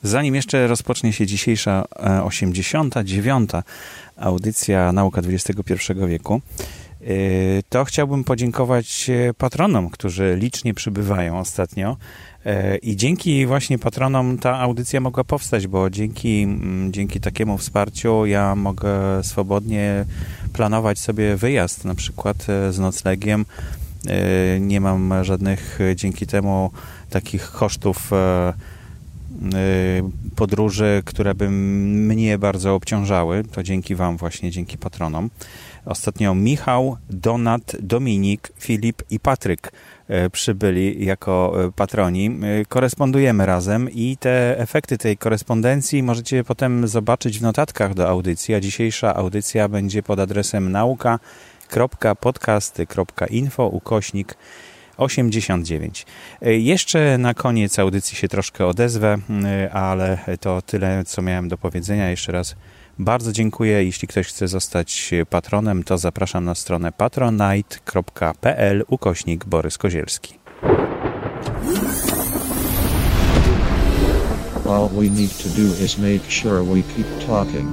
Zanim jeszcze rozpocznie się dzisiejsza 89. audycja Nauka XXI wieku, to chciałbym podziękować patronom, którzy licznie przybywają ostatnio. I dzięki właśnie patronom ta audycja mogła powstać, bo dzięki takiemu wsparciu ja mogę swobodnie planować sobie wyjazd, na przykład z noclegiem. Nie mam żadnych dzięki temu takich kosztów podróży, które by mnie bardzo obciążały. To dzięki wam właśnie, dzięki patronom. Ostatnio Michał, Donat, Dominik, Filip i Patryk przybyli jako patroni. Korespondujemy razem i te efekty tej korespondencji możecie potem zobaczyć w notatkach do audycji, a dzisiejsza audycja będzie pod adresem nauka.podcasty.info/89. Jeszcze na koniec audycji się troszkę odezwę, ale to tyle, co miałem do powiedzenia. Jeszcze raz bardzo dziękuję. Jeśli ktoś chce zostać patronem, to zapraszam na stronę patronite.pl/Borys Kozielski. All we need to do is make sure we keep talking.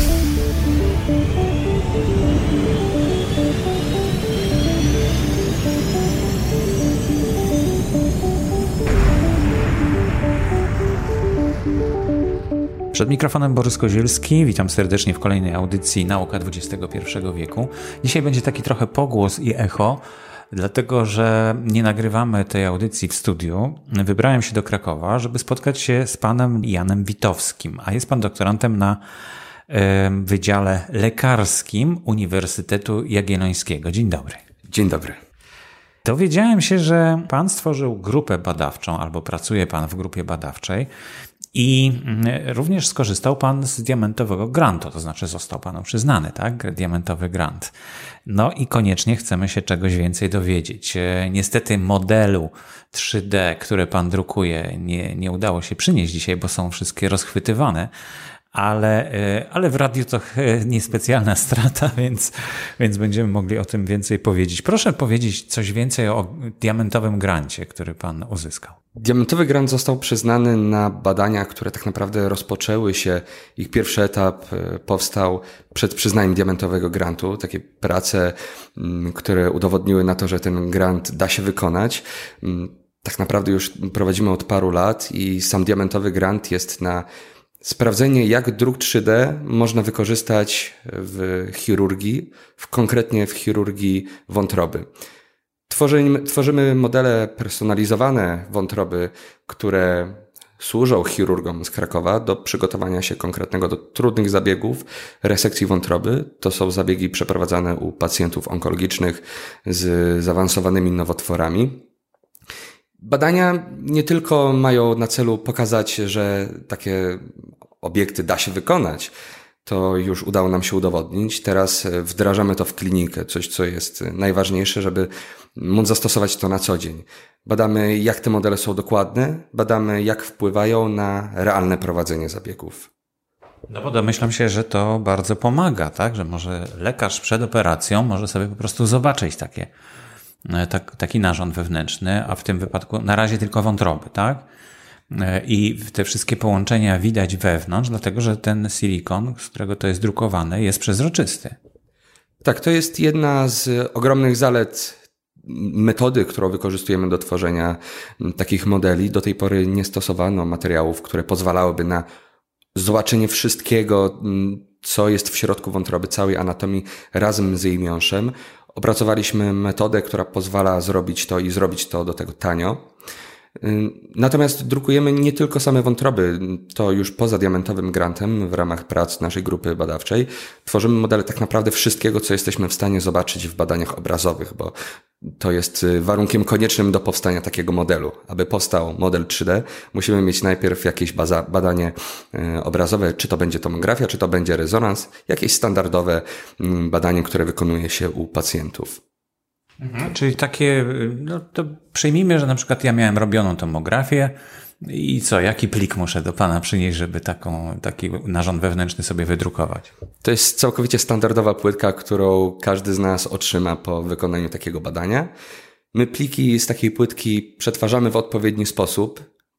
Przed mikrofonem Borys Kozielski. Witam serdecznie w kolejnej audycji Nauka XXI wieku. Dzisiaj będzie taki trochę pogłos i echo, dlatego że nie nagrywamy tej audycji w studiu. Wybrałem się do Krakowa, żeby spotkać się z panem Janem Witowskim, a jest pan doktorantem na Wydziale Lekarskim Uniwersytetu Jagiellońskiego. Dzień dobry. Dzień dobry. Dowiedziałem się, że pan stworzył grupę badawczą, albo pracuje pan w grupie badawczej, i również skorzystał pan z diamentowego grantu, to znaczy został panu przyznany, tak? Diamentowy grant. No i koniecznie chcemy się czegoś więcej dowiedzieć. Niestety modelu 3D, które pan drukuje, nie udało się przynieść dzisiaj, bo są wszystkie rozchwytywane, ale w radiu to niespecjalna strata, więc będziemy mogli o tym więcej powiedzieć. Proszę powiedzieć coś więcej o diamentowym grancie, który pan uzyskał. Diamentowy grant został przyznany na badania, które tak naprawdę rozpoczęły się. Ich pierwszy etap powstał przed przyznaniem diamentowego grantu. Takie prace, które udowodniły na to, że ten grant da się wykonać. Tak naprawdę już prowadzimy od paru lat i sam diamentowy grant jest na sprawdzenie, jak druk 3D można wykorzystać w chirurgii, konkretnie w chirurgii wątroby. Tworzymy modele personalizowane wątroby, które służą chirurgom z Krakowa do przygotowania się konkretnego do trudnych zabiegów resekcji wątroby. To są zabiegi przeprowadzane u pacjentów onkologicznych z zaawansowanymi nowotworami. Badania nie tylko mają na celu pokazać, że takie obiekty da się wykonać, to już udało nam się udowodnić. Teraz wdrażamy to w klinikę, coś co jest najważniejsze, żeby móc zastosować to na co dzień. Badamy, jak te modele są dokładne, badamy, jak wpływają na realne prowadzenie zabiegów. No bo domyślam się, że to bardzo pomaga, tak? Że może lekarz przed operacją może sobie po prostu zobaczyć taki narząd wewnętrzny, a w tym wypadku na razie tylko wątroby, tak? I te wszystkie połączenia widać wewnątrz, dlatego że ten silikon, z którego to jest drukowane, jest przezroczysty. Tak, to jest jedna z ogromnych zalet metody, którą wykorzystujemy do tworzenia takich modeli. Do tej pory nie stosowano materiałów, które pozwalałyby na zobaczenie wszystkiego, co jest w środku wątroby, całej anatomii razem z jej miąższem. Opracowaliśmy metodę, która pozwala zrobić to i zrobić to do tego tanio. Natomiast drukujemy nie tylko same wątroby, to już poza diamentowym grantem w ramach prac naszej grupy badawczej tworzymy modele tak naprawdę wszystkiego, co jesteśmy w stanie zobaczyć w badaniach obrazowych, bo to jest warunkiem koniecznym do powstania takiego modelu. Aby powstał model 3D, musimy mieć najpierw jakieś badanie obrazowe, czy to będzie tomografia, czy to będzie rezonans, jakieś standardowe badanie, które wykonuje się u pacjentów. Czyli takie, no to przyjmijmy, że na przykład ja miałem robioną tomografię i co, jaki plik muszę do pana przynieść, żeby taki narząd wewnętrzny sobie wydrukować? To jest całkowicie standardowa płytka, którą każdy z nas otrzyma po wykonaniu takiego badania. My pliki z takiej płytki przetwarzamy w odpowiedni sposób.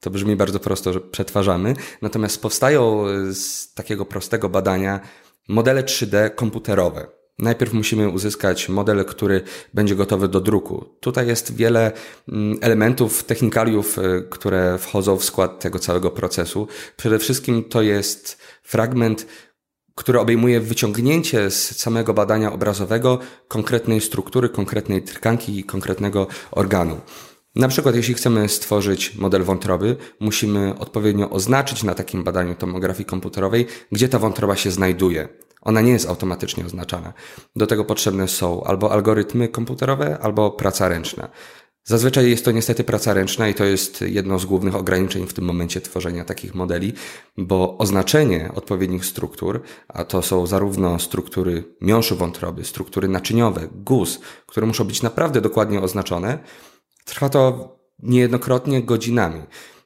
To brzmi bardzo prosto, że przetwarzamy. Natomiast powstają z takiego prostego badania modele 3D komputerowe. Najpierw musimy uzyskać model, który będzie gotowy do druku. Tutaj jest wiele elementów, technikaliów, które wchodzą w skład tego całego procesu. Przede wszystkim to jest fragment, który obejmuje wyciągnięcie z samego badania obrazowego konkretnej struktury, konkretnej tkanki i konkretnego organu. Na przykład, jeśli chcemy stworzyć model wątroby, musimy odpowiednio oznaczyć na takim badaniu tomografii komputerowej, gdzie ta wątroba się znajduje. Ona nie jest automatycznie oznaczana. Do tego potrzebne są albo algorytmy komputerowe, albo praca ręczna. Zazwyczaj jest to niestety praca ręczna i to jest jedno z głównych ograniczeń w tym momencie tworzenia takich modeli, bo oznaczenie odpowiednich struktur, a to są zarówno struktury miąższu wątroby, struktury naczyniowe, guz, które muszą być naprawdę dokładnie oznaczone, trwa to niejednokrotnie godzinami.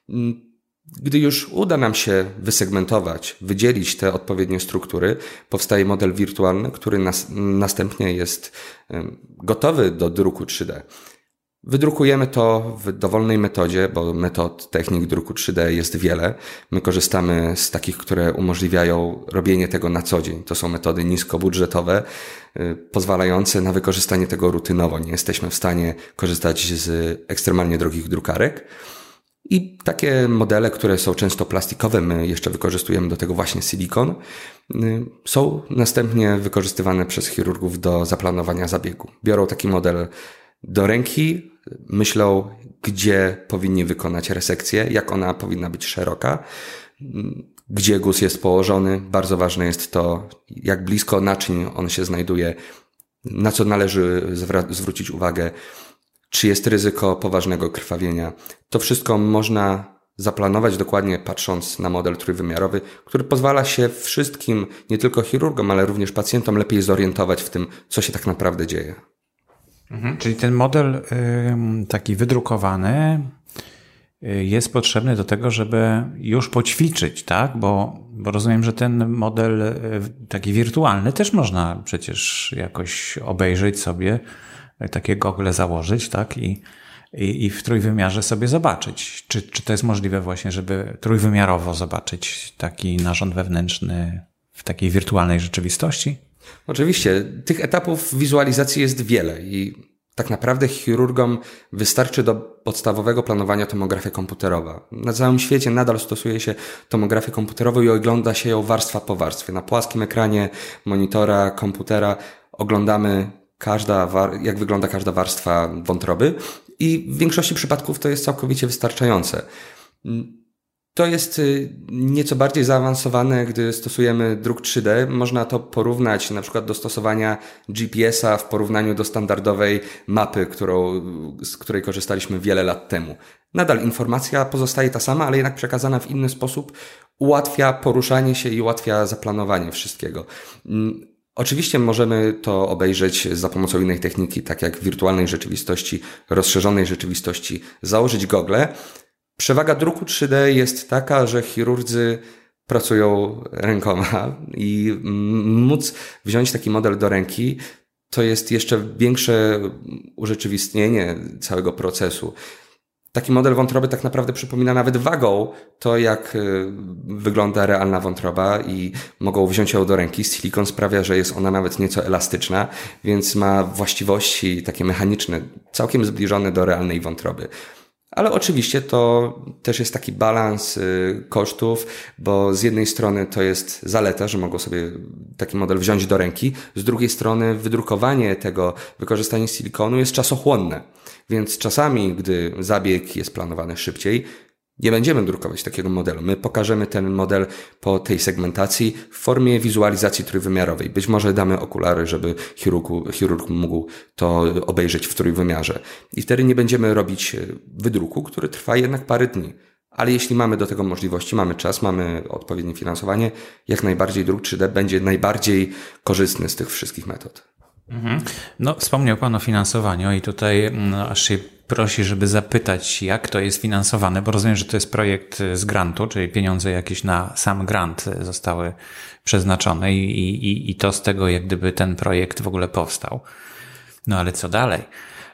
Gdy już uda nam się wysegmentować, wydzielić te odpowiednie struktury, powstaje model wirtualny, który następnie jest gotowy do druku 3D. Wydrukujemy to w dowolnej metodzie, bo metod, technik druku 3D jest wiele. My korzystamy z takich, które umożliwiają robienie tego na co dzień. To są metody niskobudżetowe, pozwalające na wykorzystanie tego rutynowo. Nie jesteśmy w stanie korzystać z ekstremalnie drogich drukarek. I takie modele, które są często plastikowe, my jeszcze wykorzystujemy do tego właśnie silikon, są następnie wykorzystywane przez chirurgów do zaplanowania zabiegu. Biorą taki model do ręki, myślą, gdzie powinni wykonać resekcję, jak ona powinna być szeroka, gdzie guz jest położony. Bardzo ważne jest to, jak blisko naczyń on się znajduje, na co należy zwrócić uwagę, czy jest ryzyko poważnego krwawienia. To wszystko można zaplanować dokładnie patrząc na model trójwymiarowy, który pozwala się wszystkim, nie tylko chirurgom, ale również pacjentom lepiej zorientować w tym, co się tak naprawdę dzieje. Czyli ten model taki wydrukowany jest potrzebny do tego, żeby już poćwiczyć, tak? Bo rozumiem, że ten model taki wirtualny też można przecież jakoś obejrzeć sobie, takie gogle założyć, tak? I w trójwymiarze sobie zobaczyć. Czy to jest możliwe właśnie, żeby trójwymiarowo zobaczyć taki narząd wewnętrzny w takiej wirtualnej rzeczywistości? Oczywiście. Tych etapów wizualizacji jest wiele i tak naprawdę chirurgom wystarczy do podstawowego planowania tomografia komputerowa. Na całym świecie nadal stosuje się tomografię komputerową i ogląda się ją warstwa po warstwie. Na płaskim ekranie monitora, komputera oglądamy jak wygląda każda warstwa wątroby i w większości przypadków to jest całkowicie wystarczające. To jest nieco bardziej zaawansowane, gdy stosujemy druk 3D. Można to porównać na przykład do stosowania GPS-a w porównaniu do standardowej mapy, z której korzystaliśmy wiele lat temu. Nadal informacja pozostaje ta sama, ale jednak przekazana w inny sposób ułatwia poruszanie się i ułatwia zaplanowanie wszystkiego. Oczywiście możemy to obejrzeć za pomocą innej techniki, tak jak wirtualnej rzeczywistości, rozszerzonej rzeczywistości, założyć gogle. Przewaga druku 3D jest taka, że chirurdzy pracują rękoma i móc wziąć taki model do ręki to jest jeszcze większe urzeczywistnienie całego procesu. Taki model wątroby tak naprawdę przypomina nawet wagą to, jak wygląda realna wątroba i mogą wziąć ją do ręki. Silikon sprawia, że jest ona nawet nieco elastyczna, więc ma właściwości takie mechaniczne, całkiem zbliżone do realnej wątroby. Ale oczywiście to też jest taki balans kosztów, bo z jednej strony to jest zaleta, że mogą sobie taki model wziąć do ręki, z drugiej strony wydrukowanie tego, wykorzystanie silikonu jest czasochłonne. Więc czasami, gdy zabieg jest planowany szybciej, nie będziemy drukować takiego modelu. My pokażemy ten model po tej segmentacji w formie wizualizacji trójwymiarowej. Być może damy okulary, żeby chirurg mógł to obejrzeć w trójwymiarze. I wtedy nie będziemy robić wydruku, który trwa jednak parę dni. Ale jeśli mamy do tego możliwości, mamy czas, mamy odpowiednie finansowanie, jak najbardziej druk 3D będzie najbardziej korzystny z tych wszystkich metod. No, wspomniał Pan o finansowaniu i tutaj aż się prosi, żeby zapytać, jak to jest finansowane, bo rozumiem, że to jest projekt z grantu, czyli pieniądze jakieś na sam grant zostały przeznaczone i to z tego jak gdyby ten projekt w ogóle powstał. No ale co dalej?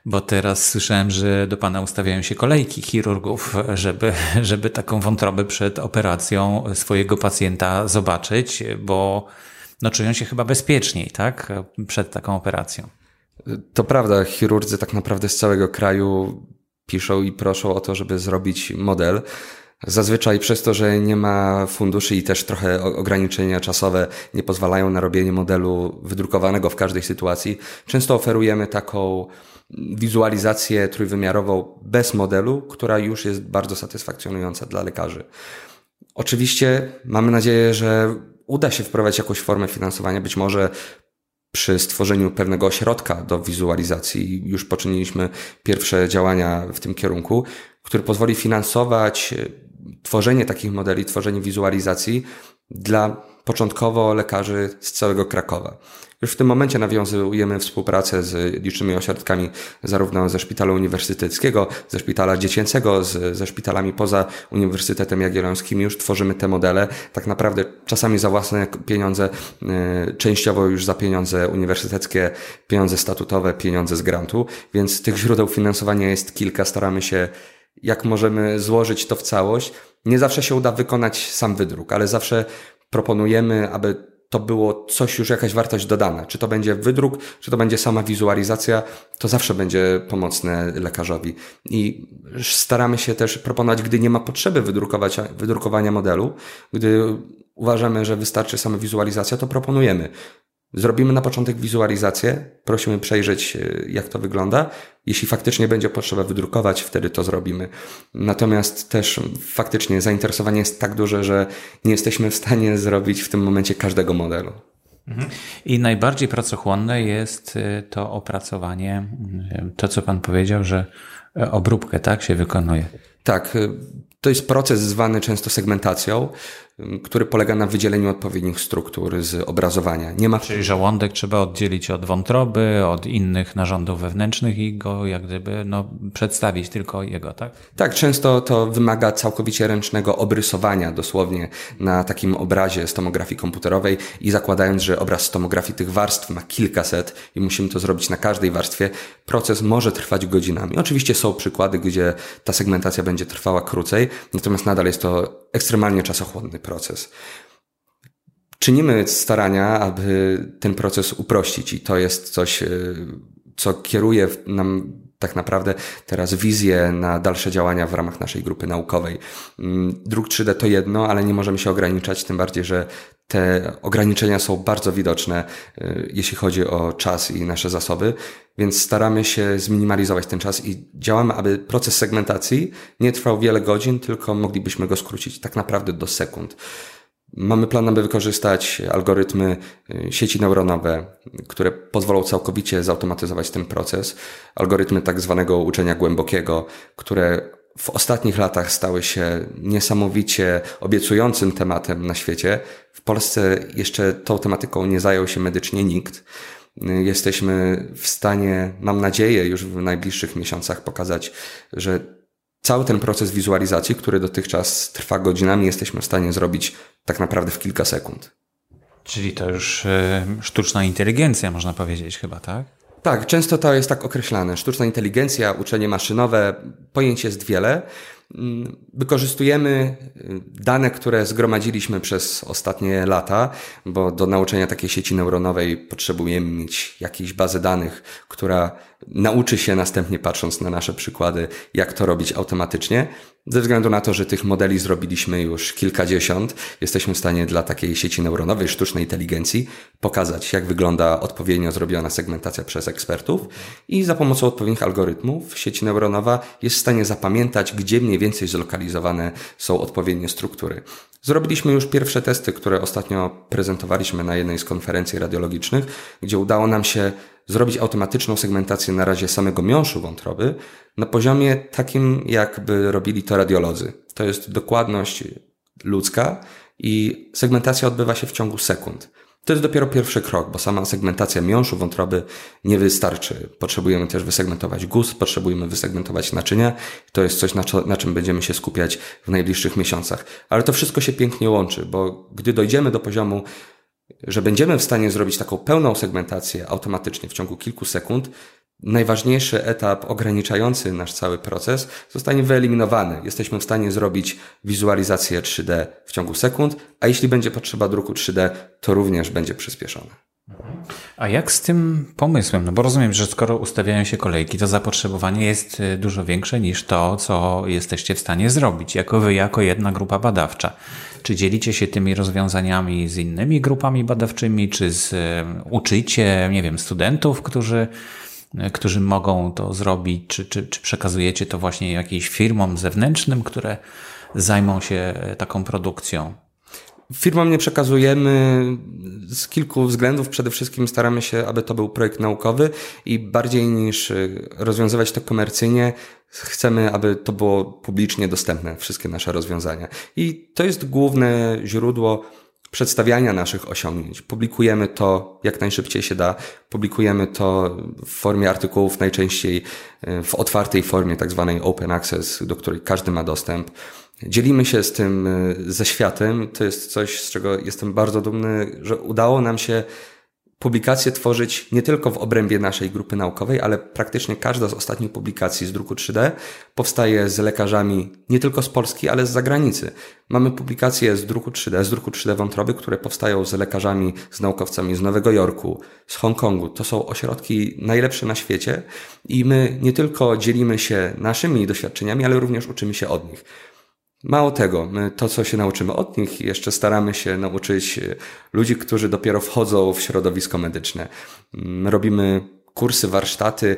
Bo teraz słyszałem, że do pana ustawiają się kolejki chirurgów, żeby taką wątrobę przed operacją swojego pacjenta zobaczyć, bo no, czują się chyba bezpieczniej, tak? Przed taką operacją. To prawda, chirurdzy tak naprawdę z całego kraju piszą i proszą o to, żeby zrobić model. Zazwyczaj przez to, że nie ma funduszy i też trochę ograniczenia czasowe nie pozwalają na robienie modelu wydrukowanego w każdej sytuacji, często oferujemy taką wizualizację trójwymiarową bez modelu, która już jest bardzo satysfakcjonująca dla lekarzy. Oczywiście mamy nadzieję, że uda się wprowadzić jakąś formę finansowania, być może przy stworzeniu pewnego ośrodka do wizualizacji. Już poczyniliśmy pierwsze działania w tym kierunku, który pozwoli finansować tworzenie takich modeli, tworzenie wizualizacji dla początkowo lekarzy z całego Krakowa. Już w tym momencie nawiązujemy współpracę z licznymi ośrodkami zarówno ze Szpitala Uniwersyteckiego, ze Szpitala Dziecięcego, ze szpitalami poza Uniwersytetem Jagiellońskim. Już tworzymy te modele, tak naprawdę czasami za własne pieniądze, częściowo już za pieniądze uniwersyteckie, pieniądze statutowe, pieniądze z grantu, więc tych źródeł finansowania jest kilka. Staramy się, jak możemy złożyć to w całość. Nie zawsze się uda wykonać sam wydruk, ale zawsze proponujemy, aby to było coś, już jakaś wartość dodana. Czy to będzie wydruk, czy to będzie sama wizualizacja, to zawsze będzie pomocne lekarzowi. I staramy się też proponować, gdy nie ma potrzeby wydrukowania modelu, gdy uważamy, że wystarczy sama wizualizacja, to proponujemy. Zrobimy na początek wizualizację, prosimy przejrzeć, jak to wygląda. Jeśli faktycznie będzie potrzeba wydrukować, wtedy to zrobimy. Natomiast też faktycznie zainteresowanie jest tak duże, że nie jesteśmy w stanie zrobić w tym momencie każdego modelu. I najbardziej pracochłonne jest to opracowanie, to co pan powiedział, że obróbkę, tak, się wykonuje. Tak, to jest proces zwany często segmentacją, który polega na wydzieleniu odpowiednich struktur z obrazowania. Nie ma... Czyli żołądek trzeba oddzielić od wątroby, od innych narządów wewnętrznych i go jak gdyby przedstawić tylko jego, tak? Tak, często to wymaga całkowicie ręcznego obrysowania dosłownie na takim obrazie z tomografii komputerowej i zakładając, że obraz z tomografii tych warstw ma kilkaset i musimy to zrobić na każdej warstwie, proces może trwać godzinami. Oczywiście są przykłady, gdzie ta segmentacja będzie trwała krócej, natomiast nadal jest to ekstremalnie czasochłonny proces. Czynimy starania, aby ten proces uprościć i to jest coś, co kieruje nam tak naprawdę teraz wizję na dalsze działania w ramach naszej grupy naukowej. Druk 3D to jedno, ale nie możemy się ograniczać, tym bardziej, że te ograniczenia są bardzo widoczne, jeśli chodzi o czas i nasze zasoby, więc staramy się zminimalizować ten czas i działamy, aby proces segmentacji nie trwał wiele godzin, tylko moglibyśmy go skrócić tak naprawdę do sekund. Mamy plan, aby wykorzystać algorytmy sieci neuronowe, które pozwolą całkowicie zautomatyzować ten proces. Algorytmy tak zwanego uczenia głębokiego, które w ostatnich latach stały się niesamowicie obiecującym tematem na świecie. W Polsce jeszcze tą tematyką nie zajął się medycznie nikt. Jesteśmy w stanie, mam nadzieję, już w najbliższych miesiącach pokazać, że cały ten proces wizualizacji, który dotychczas trwa godzinami, jesteśmy w stanie zrobić tak naprawdę w kilka sekund. Czyli to już sztuczna inteligencja, można powiedzieć chyba, tak? Tak, często to jest tak określane. Sztuczna inteligencja, uczenie maszynowe, pojęć jest wiele. Wykorzystujemy dane, które zgromadziliśmy przez ostatnie lata, bo do nauczenia takiej sieci neuronowej potrzebujemy mieć jakieś bazę danych, która nauczy się następnie, patrząc na nasze przykłady, jak to robić automatycznie. Ze względu na to, że tych modeli zrobiliśmy już kilkadziesiąt, jesteśmy w stanie dla takiej sieci neuronowej, sztucznej inteligencji pokazać, jak wygląda odpowiednio zrobiona segmentacja przez ekspertów i za pomocą odpowiednich algorytmów sieć neuronowa jest w stanie zapamiętać, gdzie mniej więcej zlokalizowane są odpowiednie struktury. Zrobiliśmy już pierwsze testy, które ostatnio prezentowaliśmy na jednej z konferencji radiologicznych, gdzie udało nam się zrobić automatyczną segmentację na razie samego miąższu wątroby na poziomie takim, jakby robili to radiolodzy. To jest dokładność ludzka i segmentacja odbywa się w ciągu sekund. To jest dopiero pierwszy krok, bo sama segmentacja miąższu wątroby nie wystarczy. Potrzebujemy też wysegmentować guz, potrzebujemy wysegmentować naczynia. To jest coś, na czym będziemy się skupiać w najbliższych miesiącach. Ale to wszystko się pięknie łączy, bo gdy dojdziemy do poziomu, że będziemy w stanie zrobić taką pełną segmentację automatycznie w ciągu kilku sekund, najważniejszy etap ograniczający nasz cały proces zostanie wyeliminowany. Jesteśmy w stanie zrobić wizualizację 3D w ciągu sekund, a jeśli będzie potrzeba druku 3D, to również będzie przyspieszone. A jak z tym pomysłem? No bo rozumiem, że skoro ustawiają się kolejki, to zapotrzebowanie jest dużo większe niż to, co jesteście w stanie zrobić, jako jedna grupa badawcza. Czy dzielicie się tymi rozwiązaniami z innymi grupami badawczymi, czy uczycie, nie wiem, studentów, którzy mogą to zrobić, czy przekazujecie to właśnie jakimś firmom zewnętrznym, które zajmą się taką produkcją? Firmom nie przekazujemy z kilku względów. Przede wszystkim staramy się, aby to był projekt naukowy i bardziej niż rozwiązywać to komercyjnie, chcemy, aby to było publicznie dostępne, wszystkie nasze rozwiązania. I to jest główne źródło przedstawiania naszych osiągnięć. Publikujemy to jak najszybciej się da. Publikujemy to w formie artykułów, najczęściej w otwartej formie, tak zwanej open access, do której każdy ma dostęp. Dzielimy się z tym ze światem. To jest coś, z czego jestem bardzo dumny, że udało nam się publikacje tworzyć nie tylko w obrębie naszej grupy naukowej, ale praktycznie każda z ostatnich publikacji z druku 3D powstaje z lekarzami nie tylko z Polski, ale z zagranicy. Mamy publikacje z druku 3D wątroby, które powstają z lekarzami, z naukowcami z Nowego Jorku, z Hongkongu. To są ośrodki najlepsze na świecie i my nie tylko dzielimy się naszymi doświadczeniami, ale również uczymy się od nich. Mało tego, my to, co się nauczymy od nich, jeszcze staramy się nauczyć ludzi, którzy dopiero wchodzą w środowisko medyczne. Robimy kursy, warsztaty,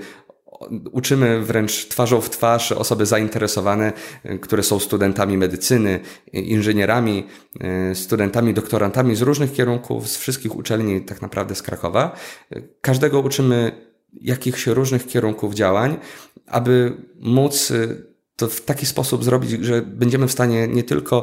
uczymy wręcz twarzą w twarz osoby zainteresowane, które są studentami medycyny, inżynierami, studentami, doktorantami z różnych kierunków, z wszystkich uczelni, tak naprawdę z Krakowa. Każdego uczymy jakichś różnych kierunków działań, aby móc to w taki sposób zrobić, że będziemy w stanie nie tylko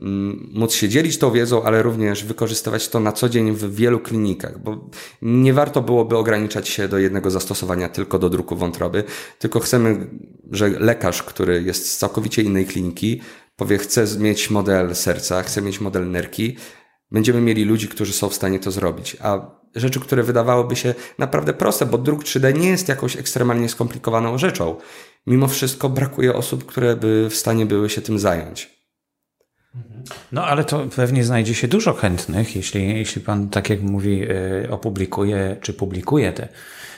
móc się dzielić tą wiedzą, ale również wykorzystywać to na co dzień w wielu klinikach, bo nie warto byłoby ograniczać się do jednego zastosowania tylko do druku wątroby, tylko chcemy, że lekarz, który jest z całkowicie innej kliniki, powie, chce mieć model serca, chce mieć model nerki, będziemy mieli ludzi, którzy są w stanie to zrobić, a rzeczy, które wydawałyby się naprawdę proste, bo druk 3D nie jest jakąś ekstremalnie skomplikowaną rzeczą. Mimo wszystko brakuje osób, które by w stanie były się tym zająć. No ale to pewnie znajdzie się dużo chętnych, jeśli pan, tak jak mówi, opublikuje czy publikuje te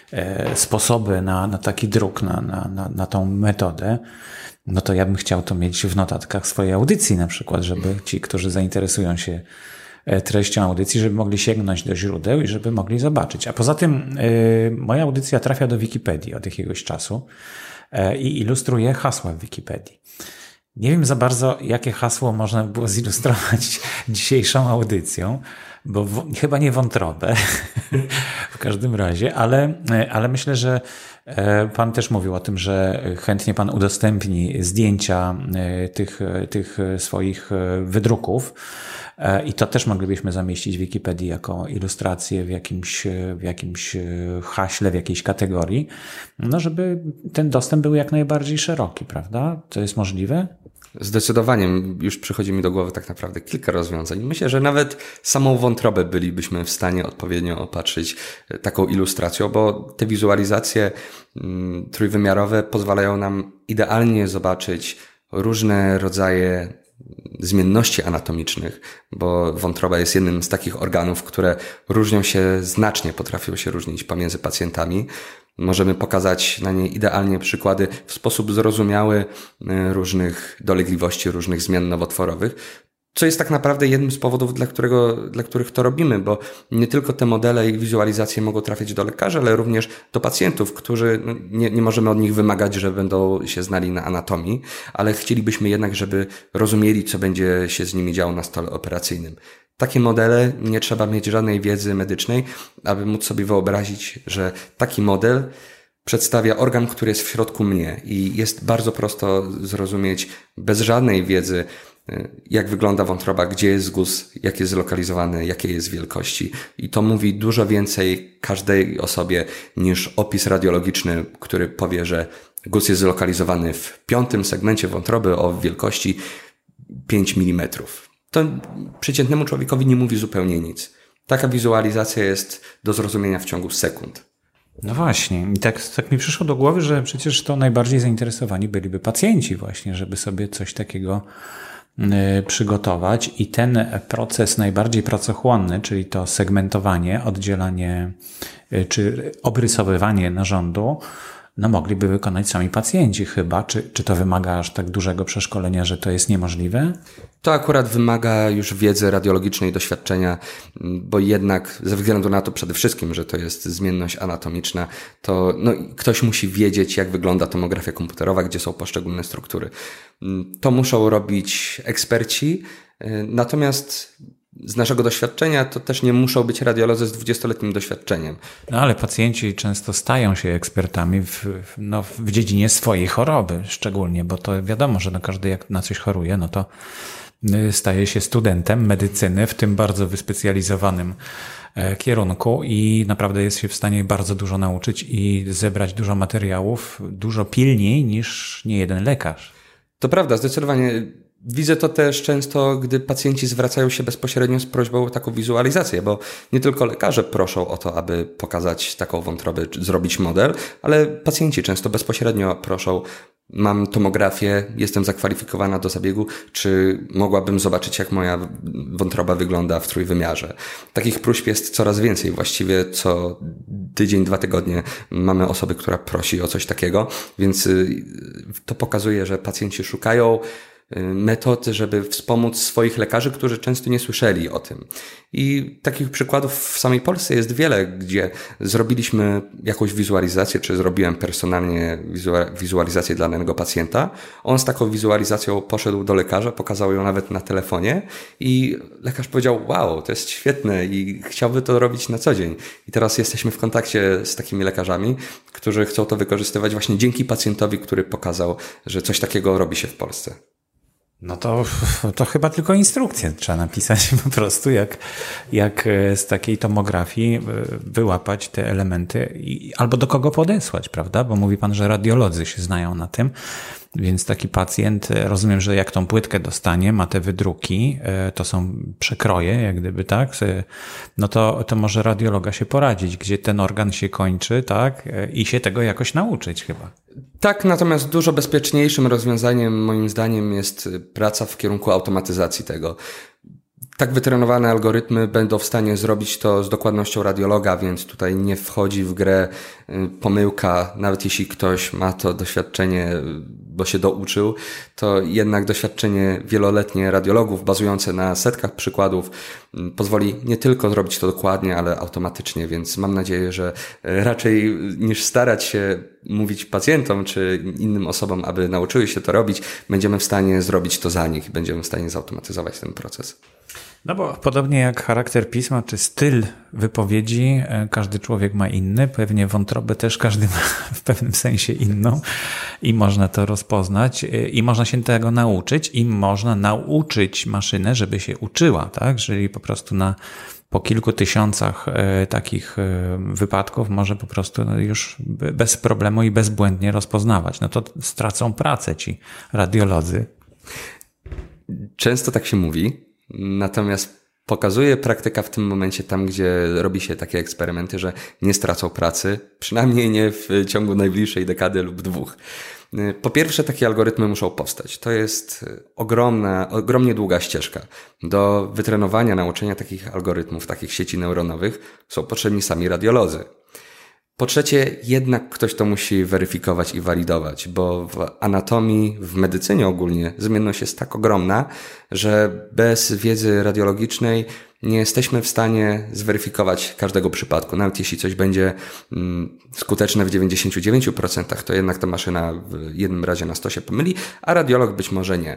sposoby na taki druk, na tą metodę. No to ja bym chciał to mieć w notatkach swojej audycji na przykład, żeby ci, którzy zainteresują się treścią audycji, żeby mogli sięgnąć do źródeł i żeby mogli zobaczyć. A poza tym moja audycja trafia do Wikipedii od jakiegoś czasu i ilustruje hasła w Wikipedii. Nie wiem za bardzo, jakie hasło można było zilustrować dzisiejszą audycją, bo chyba nie wątrobę w każdym razie, ale myślę, że pan też mówił o tym, że chętnie pan udostępni zdjęcia tych swoich wydruków i to też moglibyśmy zamieścić w Wikipedii jako ilustrację w jakimś haśle, w jakiejś kategorii, no żeby ten dostęp był jak najbardziej szeroki, prawda? To jest możliwe? Zdecydowanie. Już przychodzi mi do głowy tak naprawdę kilka rozwiązań. Myślę, że nawet samą wątrobę bylibyśmy w stanie odpowiednio opatrzyć taką ilustracją, bo te wizualizacje trójwymiarowe pozwalają nam idealnie zobaczyć różne rodzaje zmienności anatomicznych, bo wątroba jest jednym z takich organów, które różnią się znacznie, potrafią się różnić pomiędzy pacjentami. Możemy pokazać na niej idealnie przykłady w sposób zrozumiały różnych dolegliwości, różnych zmian nowotworowych, co jest tak naprawdę jednym z powodów, dla których to robimy, bo nie tylko te modele i wizualizacje mogą trafiać do lekarzy, ale również do pacjentów, którzy nie możemy od nich wymagać, że będą się znali na anatomii, ale chcielibyśmy jednak, żeby rozumieli, co będzie się z nimi działo na stole operacyjnym. Takie modele nie trzeba mieć żadnej wiedzy medycznej, aby móc sobie wyobrazić, że taki model przedstawia organ, który jest w środku mnie i jest bardzo prosto zrozumieć bez żadnej wiedzy, jak wygląda wątroba, gdzie jest guz, jak jest zlokalizowany, jakiej jest wielkości. I to mówi dużo więcej każdej osobie niż opis radiologiczny, który powie, że guz jest zlokalizowany w 5. segmencie wątroby o wielkości 5 mm. To przeciętnemu człowiekowi nie mówi zupełnie nic. Taka wizualizacja jest do zrozumienia w ciągu sekund. No właśnie. I tak mi przyszło do głowy, że przecież to najbardziej zainteresowani byliby pacjenci właśnie, żeby sobie coś takiego przygotować i ten proces najbardziej pracochłonny, czyli to segmentowanie, oddzielanie czy obrysowywanie narządu, no mogliby wykonać sami pacjenci chyba. Czy to wymaga aż tak dużego przeszkolenia, że to jest niemożliwe? To akurat wymaga już wiedzy radiologicznej, doświadczenia, bo jednak ze względu na to przede wszystkim, że to jest zmienność anatomiczna, to ktoś musi wiedzieć, jak wygląda tomografia komputerowa, gdzie są poszczególne struktury. To muszą robić eksperci, natomiast z naszego doświadczenia to też nie muszą być radiolodzy z 20-letnim doświadczeniem. No ale pacjenci często stają się ekspertami w dziedzinie swojej choroby szczególnie, bo to wiadomo, że każdy jak na coś choruje, no to staje się studentem medycyny w tym bardzo wyspecjalizowanym kierunku i naprawdę jest się w stanie bardzo dużo nauczyć i zebrać dużo materiałów dużo pilniej niż niejeden lekarz. To prawda, zdecydowanie. Widzę to też często, gdy pacjenci zwracają się bezpośrednio z prośbą o taką wizualizację, bo nie tylko lekarze proszą o to, aby pokazać taką wątrobę, czy zrobić model, ale pacjenci często bezpośrednio proszą: mam tomografię, jestem zakwalifikowana do zabiegu, czy mogłabym zobaczyć, jak moja wątroba wygląda w trójwymiarze. Takich próśb jest coraz więcej. Właściwie co tydzień, 2 tygodnie mamy osoby, która prosi o coś takiego, więc to pokazuje, że pacjenci szukają metod, żeby wspomóc swoich lekarzy, którzy często nie słyszeli o tym. I takich przykładów w samej Polsce jest wiele, gdzie zrobiliśmy jakąś wizualizację, czy zrobiłem personalnie wizualizację dla danego pacjenta. On z taką wizualizacją poszedł do lekarza, pokazał ją nawet na telefonie i lekarz powiedział: wow, to jest świetne i chciałby to robić na co dzień. I teraz jesteśmy w kontakcie z takimi lekarzami, którzy chcą to wykorzystywać właśnie dzięki pacjentowi, który pokazał, że coś takiego robi się w Polsce. No to chyba tylko instrukcję trzeba napisać po prostu, jak z takiej tomografii wyłapać te elementy albo do kogo podesłać, prawda? Bo mówi pan, że radiolodzy się znają na tym, więc taki pacjent, rozumiem, że jak tą płytkę dostanie, ma te wydruki, to są przekroje, jak gdyby, tak? No to może radiologa się poradzić, gdzie ten organ się kończy, tak? I się tego jakoś nauczyć chyba. Tak, natomiast dużo bezpieczniejszym rozwiązaniem moim zdaniem jest praca w kierunku automatyzacji tego. Tak wytrenowane algorytmy będą w stanie zrobić to z dokładnością radiologa, więc tutaj nie wchodzi w grę pomyłka, nawet jeśli ktoś ma to doświadczenie, bo się douczył, to jednak doświadczenie wieloletnie radiologów bazujące na setkach przykładów pozwoli nie tylko zrobić to dokładnie, ale automatycznie, więc mam nadzieję, że raczej niż starać się mówić pacjentom czy innym osobom, aby nauczyły się to robić, będziemy w stanie zrobić to za nich i będziemy w stanie zautomatyzować ten proces. No bo podobnie jak charakter pisma czy styl wypowiedzi, każdy człowiek ma inny, pewnie wątrobę też każdy ma w pewnym sensie inną i można to rozpoznać i można się tego nauczyć i można nauczyć maszynę, żeby się uczyła, tak? Czyli po prostu po kilku tysiącach takich wypadków może po prostu już bez problemu i bezbłędnie rozpoznawać. No to stracą pracę ci radiolodzy. Często tak się mówi. Natomiast pokazuje praktyka w tym momencie tam, gdzie robi się takie eksperymenty, że nie stracą pracy, przynajmniej nie w ciągu najbliższej dekady lub 2. Po pierwsze, takie algorytmy muszą powstać. To jest ogromnie długa ścieżka. Do wytrenowania, nauczenia takich algorytmów, takich sieci neuronowych są potrzebni sami radiolodzy. Po trzecie, jednak ktoś to musi weryfikować i walidować, bo w anatomii, w medycynie ogólnie zmienność jest tak ogromna, że bez wiedzy radiologicznej nie jesteśmy w stanie zweryfikować każdego przypadku. Nawet jeśli coś będzie skuteczne w 99%, to jednak ta maszyna w jednym razie na 100 się pomyli, a radiolog być może nie.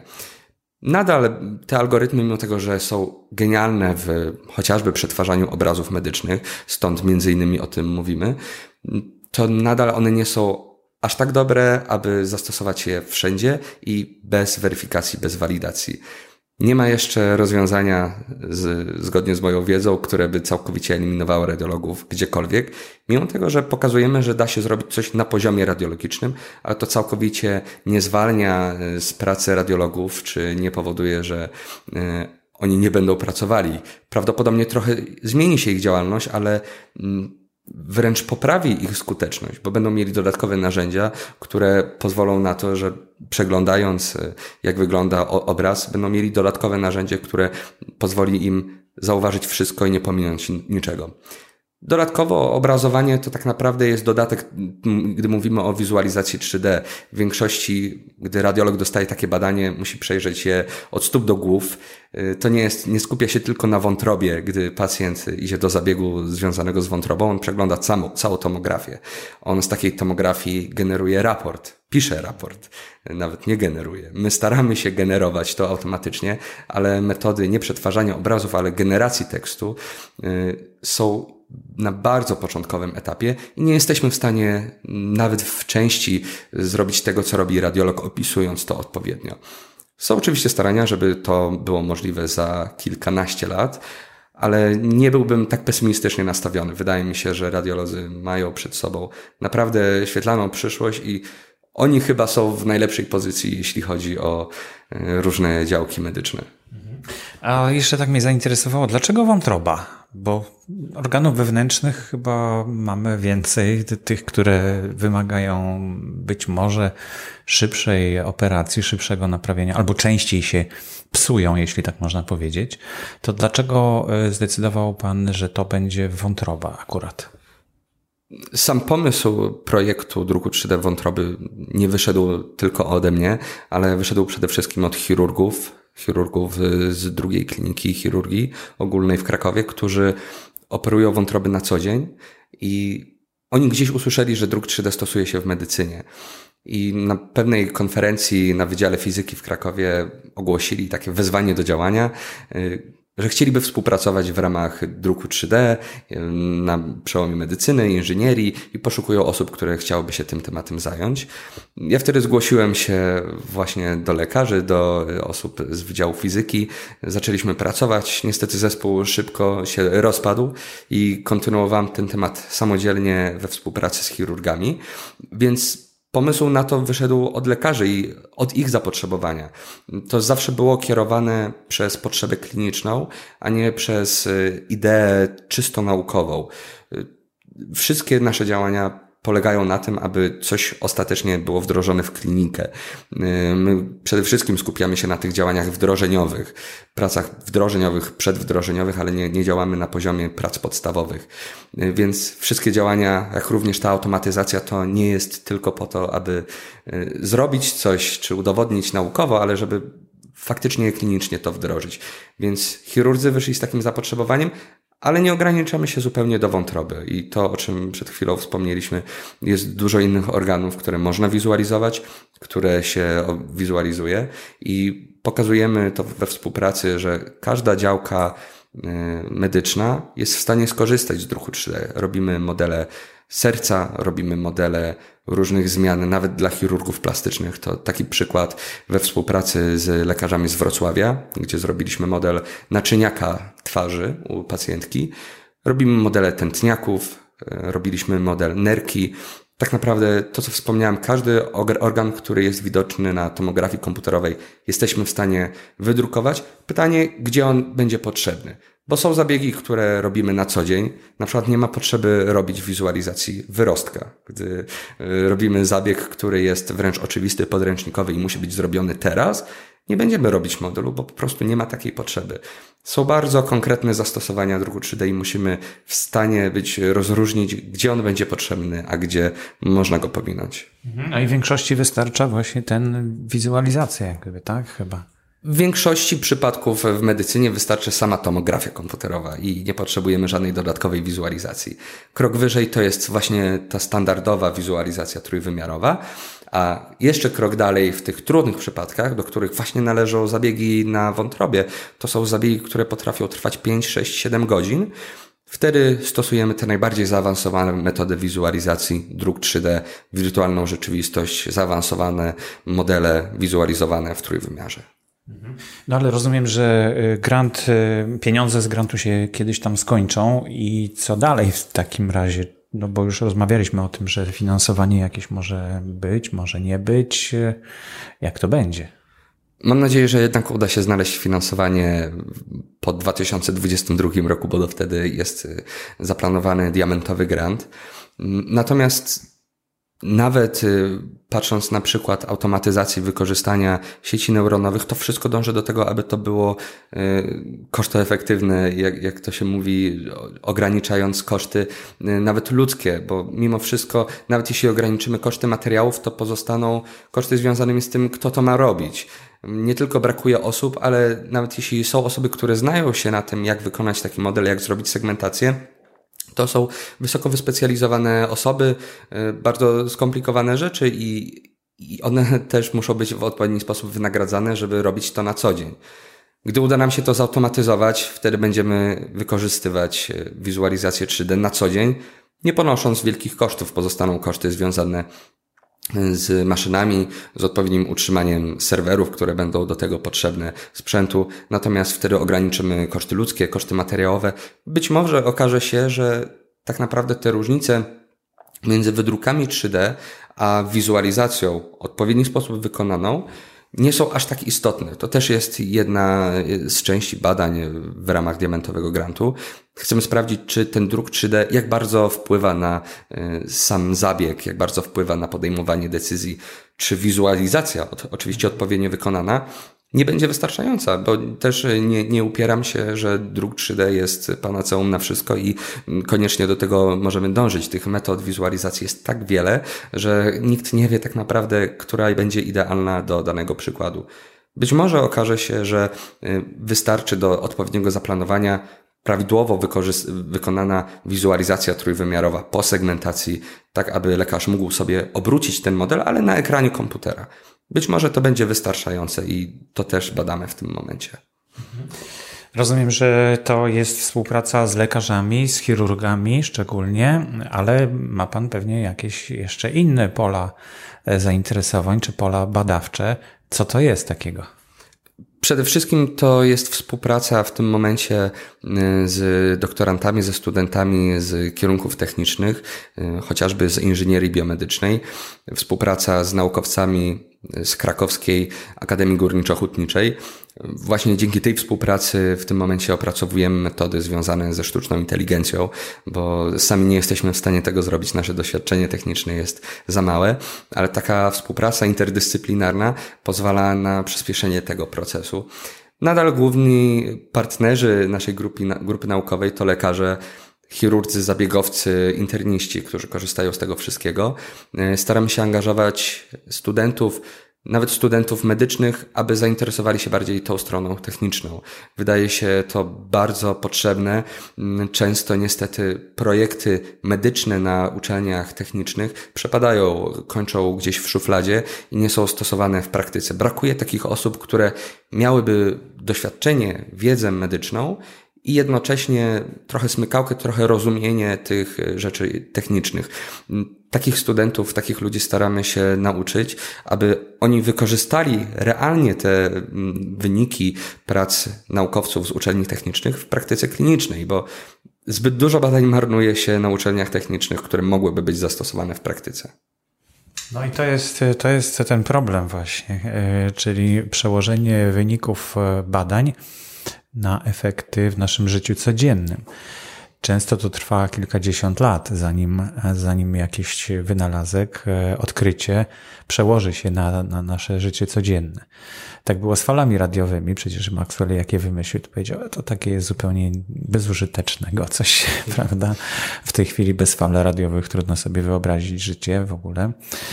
Nadal te algorytmy, mimo tego, że są genialne w chociażby przetwarzaniu obrazów medycznych, stąd między innymi o tym mówimy, to nadal one nie są aż tak dobre, aby zastosować je wszędzie i bez weryfikacji, bez walidacji. Nie ma jeszcze rozwiązania, zgodnie z moją wiedzą, które by całkowicie eliminowało radiologów gdziekolwiek, mimo tego, że pokazujemy, że da się zrobić coś na poziomie radiologicznym, ale to całkowicie nie zwalnia z pracy radiologów, czy nie powoduje, że oni nie będą pracowali. Prawdopodobnie trochę zmieni się ich działalność, ale wręcz poprawi ich skuteczność, bo będą mieli dodatkowe narzędzia, które pozwolą na to, że przeglądając, jak wygląda obraz, będą mieli dodatkowe narzędzie, które pozwoli im zauważyć wszystko i nie pominąć niczego. Dodatkowo obrazowanie to tak naprawdę jest dodatek, gdy mówimy o wizualizacji 3D. W większości, gdy radiolog dostaje takie badanie, musi przejrzeć je od stóp do głów. To nie skupia się tylko na wątrobie, gdy pacjent idzie do zabiegu związanego z wątrobą, on przegląda całą tomografię. On z takiej tomografii generuje raport, pisze raport, nawet nie generuje. My staramy się generować to automatycznie, ale metody nie przetwarzania obrazów, ale generacji tekstu są na bardzo początkowym etapie i nie jesteśmy w stanie nawet w części zrobić tego, co robi radiolog, opisując to odpowiednio. Są oczywiście starania, żeby to było możliwe za kilkanaście lat, ale nie byłbym tak pesymistycznie nastawiony. Wydaje mi się, że radiolodzy mają przed sobą naprawdę świetlaną przyszłość i oni chyba są w najlepszej pozycji, jeśli chodzi o różne działki medyczne. A jeszcze tak mnie zainteresowało, dlaczego wątroba? Bo organów wewnętrznych chyba mamy więcej, tych, które wymagają być może szybszej operacji, szybszego naprawienia, albo częściej się psują, jeśli tak można powiedzieć. To dlaczego zdecydował pan, że to będzie wątroba akurat? Sam pomysł projektu druku 3D wątroby nie wyszedł tylko ode mnie, ale wyszedł przede wszystkim od chirurgów z drugiej kliniki chirurgii ogólnej w Krakowie, którzy operują wątroby na co dzień i oni gdzieś usłyszeli, że druk 3D stosuje się w medycynie. I na pewnej konferencji na Wydziale Fizyki w Krakowie ogłosili takie wezwanie do działania, że chcieliby współpracować w ramach druku 3D na przełomie medycyny, inżynierii i poszukują osób, które chciałyby się tym tematem zająć. Ja wtedy zgłosiłem się właśnie do lekarzy, do osób z Wydziału Fizyki. Zaczęliśmy pracować. Niestety zespół szybko się rozpadł i kontynuowałem ten temat samodzielnie we współpracy z chirurgami, więc pomysł na to wyszedł od lekarzy i od ich zapotrzebowania. To zawsze było kierowane przez potrzebę kliniczną, a nie przez ideę czysto naukową. Wszystkie nasze działania polegają na tym, aby coś ostatecznie było wdrożone w klinikę. My przede wszystkim skupiamy się na tych działaniach wdrożeniowych, pracach wdrożeniowych, przedwdrożeniowych, ale nie działamy na poziomie prac podstawowych. Więc wszystkie działania, jak również ta automatyzacja, to nie jest tylko po to, aby zrobić coś, czy udowodnić naukowo, ale żeby faktycznie klinicznie to wdrożyć. Więc chirurdzy wyszli z takim zapotrzebowaniem, ale nie ograniczamy się zupełnie do wątroby i to, o czym przed chwilą wspomnieliśmy, jest dużo innych organów, które można wizualizować, które się wizualizuje i pokazujemy to we współpracy, że każda działka medyczna jest w stanie skorzystać z druku 3D. Robimy modele serca, robimy modele różnych zmian, nawet dla chirurgów plastycznych. To taki przykład we współpracy z lekarzami z Wrocławia, gdzie zrobiliśmy model naczyniaka twarzy u pacjentki. Robimy modele tętniaków, robiliśmy model nerki. Tak naprawdę to, co wspomniałem, każdy organ, który jest widoczny na tomografii komputerowej, jesteśmy w stanie wydrukować. Pytanie, gdzie on będzie potrzebny? Bo są zabiegi, które robimy na co dzień. Na przykład nie ma potrzeby robić wizualizacji wyrostka. Gdy robimy zabieg, który jest wręcz oczywisty, podręcznikowy i musi być zrobiony teraz, nie będziemy robić modelu, bo po prostu nie ma takiej potrzeby. Są bardzo konkretne zastosowania druku 3D i musimy w stanie rozróżnić, gdzie on będzie potrzebny, a gdzie można go pominąć. No i w większości wystarcza właśnie wizualizacja, jakby, tak? Chyba. W większości przypadków w medycynie wystarczy sama tomografia komputerowa i nie potrzebujemy żadnej dodatkowej wizualizacji. Krok wyżej to jest właśnie ta standardowa wizualizacja trójwymiarowa, a jeszcze krok dalej w tych trudnych przypadkach, do których właśnie należą zabiegi na wątrobie, to są zabiegi, które potrafią trwać 5, 6, 7 godzin. Wtedy stosujemy te najbardziej zaawansowane metody wizualizacji, druk 3D, wirtualną rzeczywistość, zaawansowane modele wizualizowane w trójwymiarze. No ale rozumiem, że pieniądze z grantu się kiedyś tam skończą i co dalej w takim razie? No bo już rozmawialiśmy o tym, że finansowanie jakieś może być, może nie być. Jak to będzie? Mam nadzieję, że jednak uda się znaleźć finansowanie po 2022 roku, bo wtedy jest zaplanowany diamentowy grant. Natomiast nawet patrząc na przykład automatyzacji wykorzystania sieci neuronowych, to wszystko dąży do tego, aby to było kosztoefektywne, jak to się mówi, ograniczając koszty nawet ludzkie, bo mimo wszystko, nawet jeśli ograniczymy koszty materiałów, to pozostaną koszty związane z tym, kto to ma robić. Nie tylko brakuje osób, ale nawet jeśli są osoby, które znają się na tym, jak wykonać taki model, jak zrobić segmentację, to są wysoko wyspecjalizowane osoby, bardzo skomplikowane rzeczy i one też muszą być w odpowiedni sposób wynagradzane, żeby robić to na co dzień. Gdy uda nam się to zautomatyzować, wtedy będziemy wykorzystywać wizualizację 3D na co dzień, nie ponosząc wielkich kosztów. Pozostaną koszty związane z maszynami, z odpowiednim utrzymaniem serwerów, które będą do tego potrzebne, sprzętu. Natomiast wtedy ograniczymy koszty ludzkie, koszty materiałowe. Być może okaże się, że tak naprawdę te różnice między wydrukami 3D a wizualizacją w odpowiedni sposób wykonaną nie są aż tak istotne. To też jest jedna z części badań w ramach diamentowego grantu. Chcemy sprawdzić, czy ten druk 3D jak bardzo wpływa na sam zabieg, jak bardzo wpływa na podejmowanie decyzji, czy wizualizacja, oczywiście odpowiednio wykonana, nie będzie wystarczająca, bo też nie upieram się, że druk 3D jest panaceum na wszystko i koniecznie do tego możemy dążyć. Tych metod wizualizacji jest tak wiele, że nikt nie wie tak naprawdę, która będzie idealna do danego przykładu. Być może okaże się, że wystarczy do odpowiedniego zaplanowania prawidłowo wykonana wizualizacja trójwymiarowa po segmentacji, tak aby lekarz mógł sobie obrócić ten model, ale na ekranie komputera. Być może to będzie wystarczające i to też badamy w tym momencie. Rozumiem, że to jest współpraca z lekarzami, z chirurgami szczególnie, ale ma Pan pewnie jakieś jeszcze inne pola zainteresowań czy pola badawcze. Co to jest takiego? Przede wszystkim to jest współpraca w tym momencie z doktorantami, ze studentami z kierunków technicznych, chociażby z inżynierii biomedycznej, współpraca z naukowcami z Krakowskiej Akademii Górniczo-Hutniczej. Właśnie dzięki tej współpracy w tym momencie opracowujemy metody związane ze sztuczną inteligencją, bo sami nie jesteśmy w stanie tego zrobić, nasze doświadczenie techniczne jest za małe, ale taka współpraca interdyscyplinarna pozwala na przyspieszenie tego procesu. Nadal główni partnerzy naszej grupy naukowej to lekarze, chirurdzy, zabiegowcy, interniści, którzy korzystają z tego wszystkiego. Staramy się angażować studentów, nawet studentów medycznych, aby zainteresowali się bardziej tą stroną techniczną. Wydaje się to bardzo potrzebne. Często niestety projekty medyczne na uczelniach technicznych przepadają, kończą gdzieś w szufladzie i nie są stosowane w praktyce. Brakuje takich osób, które miałyby doświadczenie, wiedzę medyczną i jednocześnie trochę smykałkę, trochę rozumienie tych rzeczy technicznych. Takich studentów, takich ludzi staramy się nauczyć, aby oni wykorzystali realnie te wyniki prac naukowców z uczelni technicznych w praktyce klinicznej, bo zbyt dużo badań marnuje się na uczelniach technicznych, które mogłyby być zastosowane w praktyce. No i to jest ten problem właśnie, czyli przełożenie wyników badań na efekty w naszym życiu codziennym. Często to trwa kilkadziesiąt lat, zanim jakiś wynalazek, odkrycie przełoży się na nasze życie codzienne. Tak było z falami radiowymi. Przecież Maxwell, jak je wymyślił, to powiedział, to takie jest zupełnie bezużytecznego coś, prawda? W tej chwili bez fal radiowych trudno sobie wyobrazić życie w ogóle.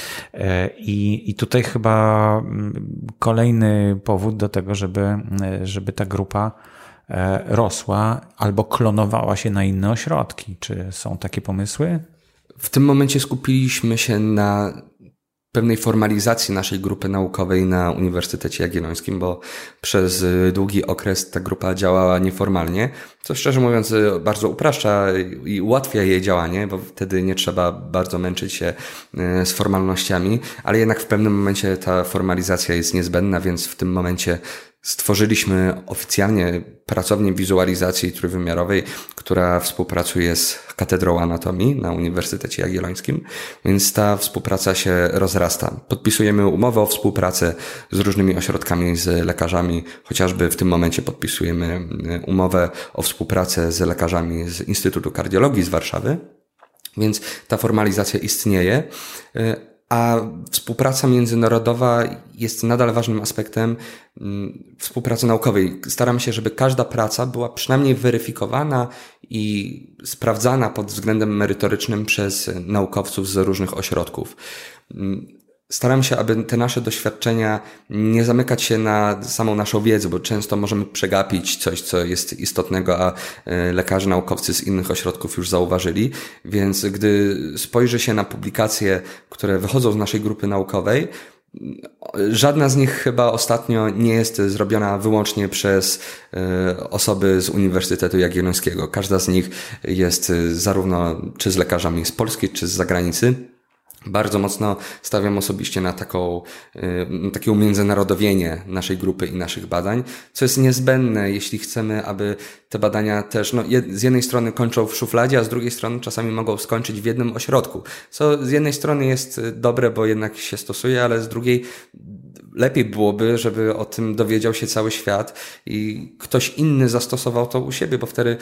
I tutaj chyba kolejny powód do tego, żeby ta grupa rosła albo klonowała się na inne ośrodki. Czy są takie pomysły? W tym momencie skupiliśmy się na pewnej formalizacji naszej grupy naukowej na Uniwersytecie Jagiellońskim, bo przez długi okres ta grupa działała nieformalnie, co szczerze mówiąc bardzo upraszcza i ułatwia jej działanie, bo wtedy nie trzeba bardzo męczyć się z formalnościami, ale jednak w pewnym momencie ta formalizacja jest niezbędna, więc w tym momencie Stworzyliśmy oficjalnie pracownię wizualizacji trójwymiarowej, która współpracuje z Katedrą Anatomii na Uniwersytecie Jagiellońskim, więc ta współpraca się rozrasta. Podpisujemy umowy o współpracę z różnymi ośrodkami, z lekarzami. Chociażby w tym momencie podpisujemy umowę o współpracę z lekarzami z Instytutu Kardiologii z Warszawy, więc ta formalizacja istnieje. A współpraca międzynarodowa jest nadal ważnym aspektem współpracy naukowej. Staramy się, żeby każda praca była przynajmniej weryfikowana i sprawdzana pod względem merytorycznym przez naukowców z różnych ośrodków. Staram się, aby te nasze doświadczenia nie zamykać się na samą naszą wiedzę, bo często możemy przegapić coś, co jest istotnego, a lekarze, naukowcy z innych ośrodków już zauważyli. Więc gdy spojrzy się na publikacje, które wychodzą z naszej grupy naukowej, żadna z nich chyba ostatnio nie jest zrobiona wyłącznie przez osoby z Uniwersytetu Jagiellońskiego. Każda z nich jest zarówno czy z lekarzami z Polski, czy z zagranicy. Bardzo mocno stawiam osobiście na takie umiędzynarodowienie naszej grupy i naszych badań, co jest niezbędne, jeśli chcemy, aby te badania też z jednej strony kończą w szufladzie, a z drugiej strony czasami mogą skończyć w jednym ośrodku. Co z jednej strony jest dobre, bo jednak się stosuje, ale z drugiej lepiej byłoby, żeby o tym dowiedział się cały świat i ktoś inny zastosował to u siebie, bo wtedy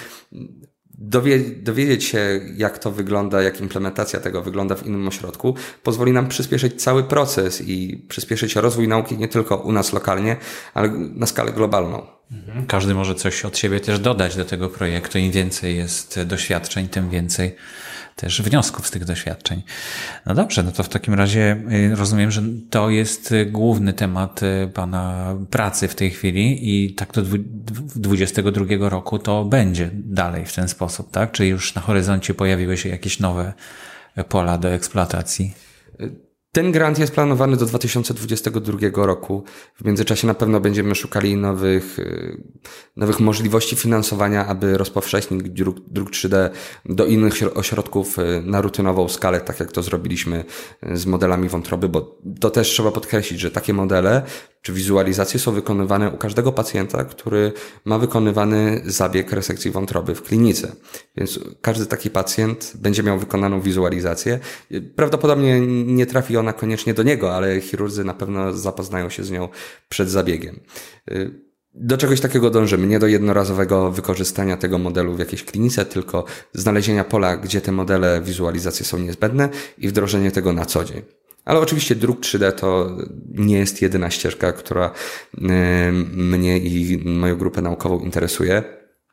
dowiedzieć się, jak to wygląda, jak implementacja tego wygląda w innym ośrodku, pozwoli nam przyspieszyć cały proces i przyspieszyć rozwój nauki nie tylko u nas lokalnie, ale na skalę globalną. Każdy może coś od siebie też dodać do tego projektu. Im więcej jest doświadczeń, tym więcej też wniosków z tych doświadczeń. No dobrze, no to w takim razie rozumiem, że to jest główny temat pana pracy w tej chwili i tak do 2022 roku to będzie dalej w ten sposób, tak? Czy już na horyzoncie pojawiły się jakieś nowe pola do eksploatacji? Ten grant jest planowany do 2022 roku. W międzyczasie na pewno będziemy szukali nowych możliwości finansowania, aby rozpowszechnić druk 3D do innych ośrodków na rutynową skalę, tak jak to zrobiliśmy z modelami wątroby, bo to też trzeba podkreślić, że takie modele czy wizualizacje są wykonywane u każdego pacjenta, który ma wykonywany zabieg resekcji wątroby w klinice. Więc każdy taki pacjent będzie miał wykonaną wizualizację. Prawdopodobnie nie trafi ona koniecznie do niego, ale chirurdzy na pewno zapoznają się z nią przed zabiegiem. Do czegoś takiego dążymy, nie do jednorazowego wykorzystania tego modelu w jakiejś klinice, tylko znalezienia pola, gdzie te modele wizualizacji są niezbędne i wdrożenie tego na co dzień. Ale oczywiście druk 3D to nie jest jedyna ścieżka, która mnie i moją grupę naukową interesuje.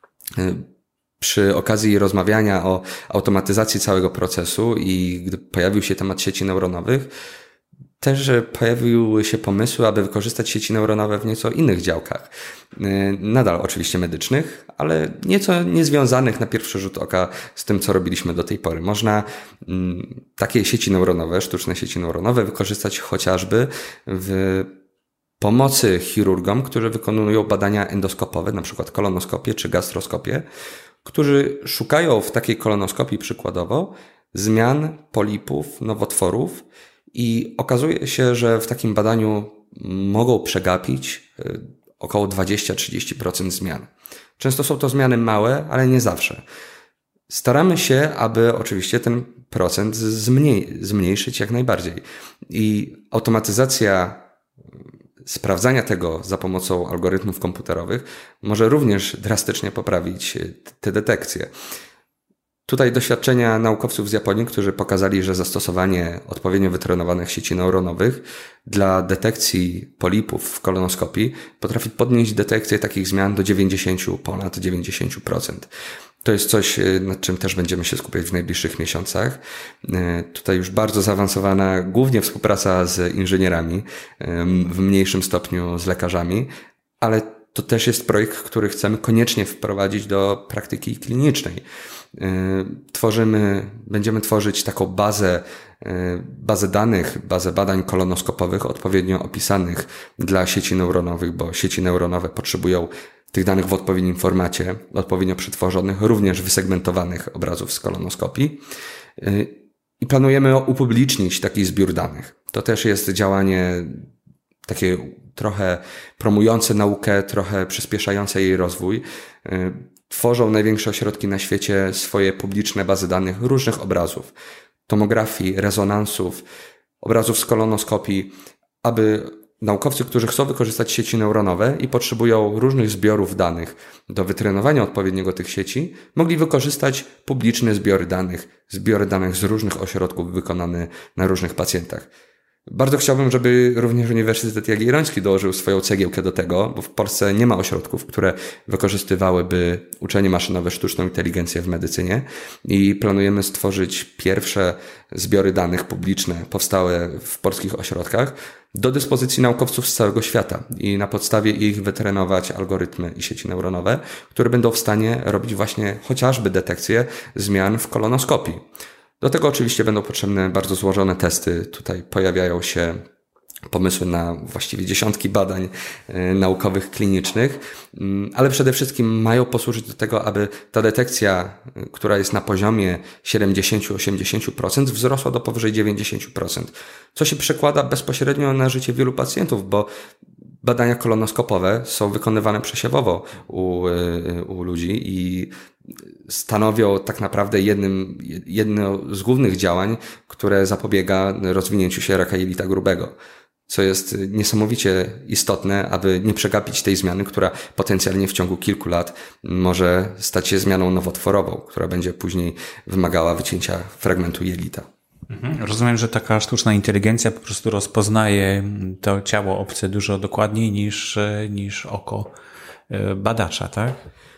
Przy okazji rozmawiania o automatyzacji całego procesu i gdy pojawił się temat sieci neuronowych, też pojawiły się pomysły, aby wykorzystać sieci neuronowe w nieco innych działkach. Nadal oczywiście medycznych, ale nieco niezwiązanych na pierwszy rzut oka z tym, co robiliśmy do tej pory. Można takie sieci neuronowe, sztuczne sieci neuronowe wykorzystać chociażby w pomocy chirurgom, którzy wykonują badania endoskopowe, na przykład kolonoskopię czy gastroskopię, którzy szukają w takiej kolonoskopii przykładowo zmian polipów, nowotworów i okazuje się, że w takim badaniu mogą przegapić około 20-30% zmian. Często są to zmiany małe, ale nie zawsze. Staramy się, aby oczywiście ten procent zmniejszyć jak najbardziej. I automatyzacja sprawdzania tego za pomocą algorytmów komputerowych może również drastycznie poprawić te detekcje. Tutaj doświadczenia naukowców z Japonii, którzy pokazali, że zastosowanie odpowiednio wytrenowanych sieci neuronowych dla detekcji polipów w kolonoskopii potrafi podnieść detekcję takich zmian do ponad 90%. To jest coś, nad czym też będziemy się skupiać w najbliższych miesiącach. Tutaj już bardzo zaawansowana głównie współpraca z inżynierami, w mniejszym stopniu z lekarzami, ale to też jest projekt, który chcemy koniecznie wprowadzić do praktyki klinicznej. Będziemy tworzyć taką bazę danych, bazę badań kolonoskopowych odpowiednio opisanych dla sieci neuronowych, bo sieci neuronowe potrzebują tych danych w odpowiednim formacie, odpowiednio przetworzonych, również wysegmentowanych obrazów z kolonoskopii. I planujemy upublicznić taki zbiór danych. To też jest działanie takie trochę promujące naukę, trochę przyspieszające jej rozwój. Tworzą największe ośrodki na świecie swoje publiczne bazy danych różnych obrazów, tomografii, rezonansów, obrazów z kolonoskopii, aby naukowcy, którzy chcą wykorzystać sieci neuronowe i potrzebują różnych zbiorów danych do wytrenowania odpowiedniego tych sieci, mogli wykorzystać publiczne zbiory danych z różnych ośrodków wykonane na różnych pacjentach. Bardzo chciałbym, żeby również Uniwersytet Jagielloński dołożył swoją cegiełkę do tego, bo w Polsce nie ma ośrodków, które wykorzystywałyby uczenie maszynowe, sztuczną inteligencję w medycynie i planujemy stworzyć pierwsze zbiory danych publiczne powstałe w polskich ośrodkach do dyspozycji naukowców z całego świata i na podstawie ich wytrenować algorytmy i sieci neuronowe, które będą w stanie robić właśnie chociażby detekcję zmian w kolonoskopii. Do tego oczywiście będą potrzebne bardzo złożone testy. Tutaj pojawiają się pomysły na właściwie dziesiątki badań naukowych, klinicznych, ale przede wszystkim mają posłużyć do tego, aby ta detekcja, która jest na poziomie 70-80%, wzrosła do powyżej 90%, co się przekłada bezpośrednio na życie wielu pacjentów, bo badania kolonoskopowe są wykonywane przesiewowo u ludzi i stanowią tak naprawdę jedno z głównych działań, które zapobiega rozwinięciu się raka jelita grubego. Co jest niesamowicie istotne, aby nie przegapić tej zmiany, która potencjalnie w ciągu kilku lat może stać się zmianą nowotworową, która będzie później wymagała wycięcia fragmentu jelita. Rozumiem, że taka sztuczna inteligencja po prostu rozpoznaje to ciało obce dużo dokładniej niż oko badacza, tak?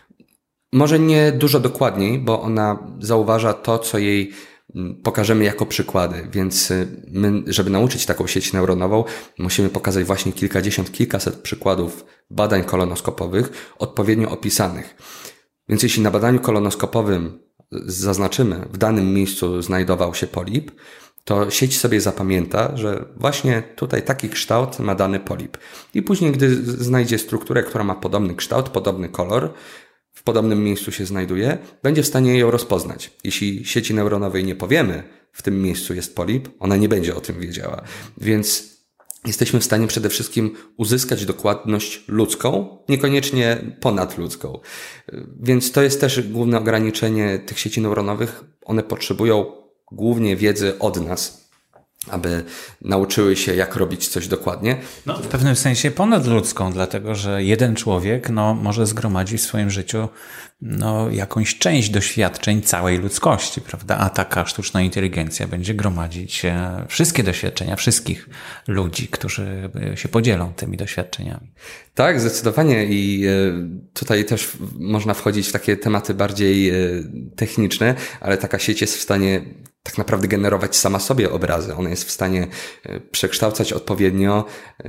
Może nie dużo dokładniej, bo ona zauważa to, co jej pokażemy jako przykłady, więc my, żeby nauczyć taką sieć neuronową, musimy pokazać właśnie kilkaset przykładów badań kolonoskopowych odpowiednio opisanych. Więc jeśli na badaniu kolonoskopowym zaznaczymy, w danym miejscu znajdował się polip, to sieć sobie zapamięta, że właśnie tutaj taki kształt ma dany polip. I później, gdy znajdzie strukturę, która ma podobny kształt, podobny kolor, w podobnym miejscu się znajduje, będzie w stanie ją rozpoznać. Jeśli sieci neuronowej nie powiemy, w tym miejscu jest polip, ona nie będzie o tym wiedziała. Więc jesteśmy w stanie przede wszystkim uzyskać dokładność ludzką, niekoniecznie ponadludzką. Więc to jest też główne ograniczenie tych sieci neuronowych. One potrzebują głównie wiedzy od nas, aby nauczyły się, jak robić coś dokładnie. No, w pewnym sensie ponadludzką, dlatego że jeden człowiek może zgromadzić w swoim życiu jakąś część doświadczeń całej ludzkości, prawda? A taka sztuczna inteligencja będzie gromadzić wszystkie doświadczenia wszystkich ludzi, którzy się podzielą tymi doświadczeniami. Tak, zdecydowanie i tutaj też można wchodzić w takie tematy bardziej techniczne, ale taka sieć jest w stanie tak naprawdę generować sama sobie obrazy. Ona jest w stanie przekształcać odpowiednio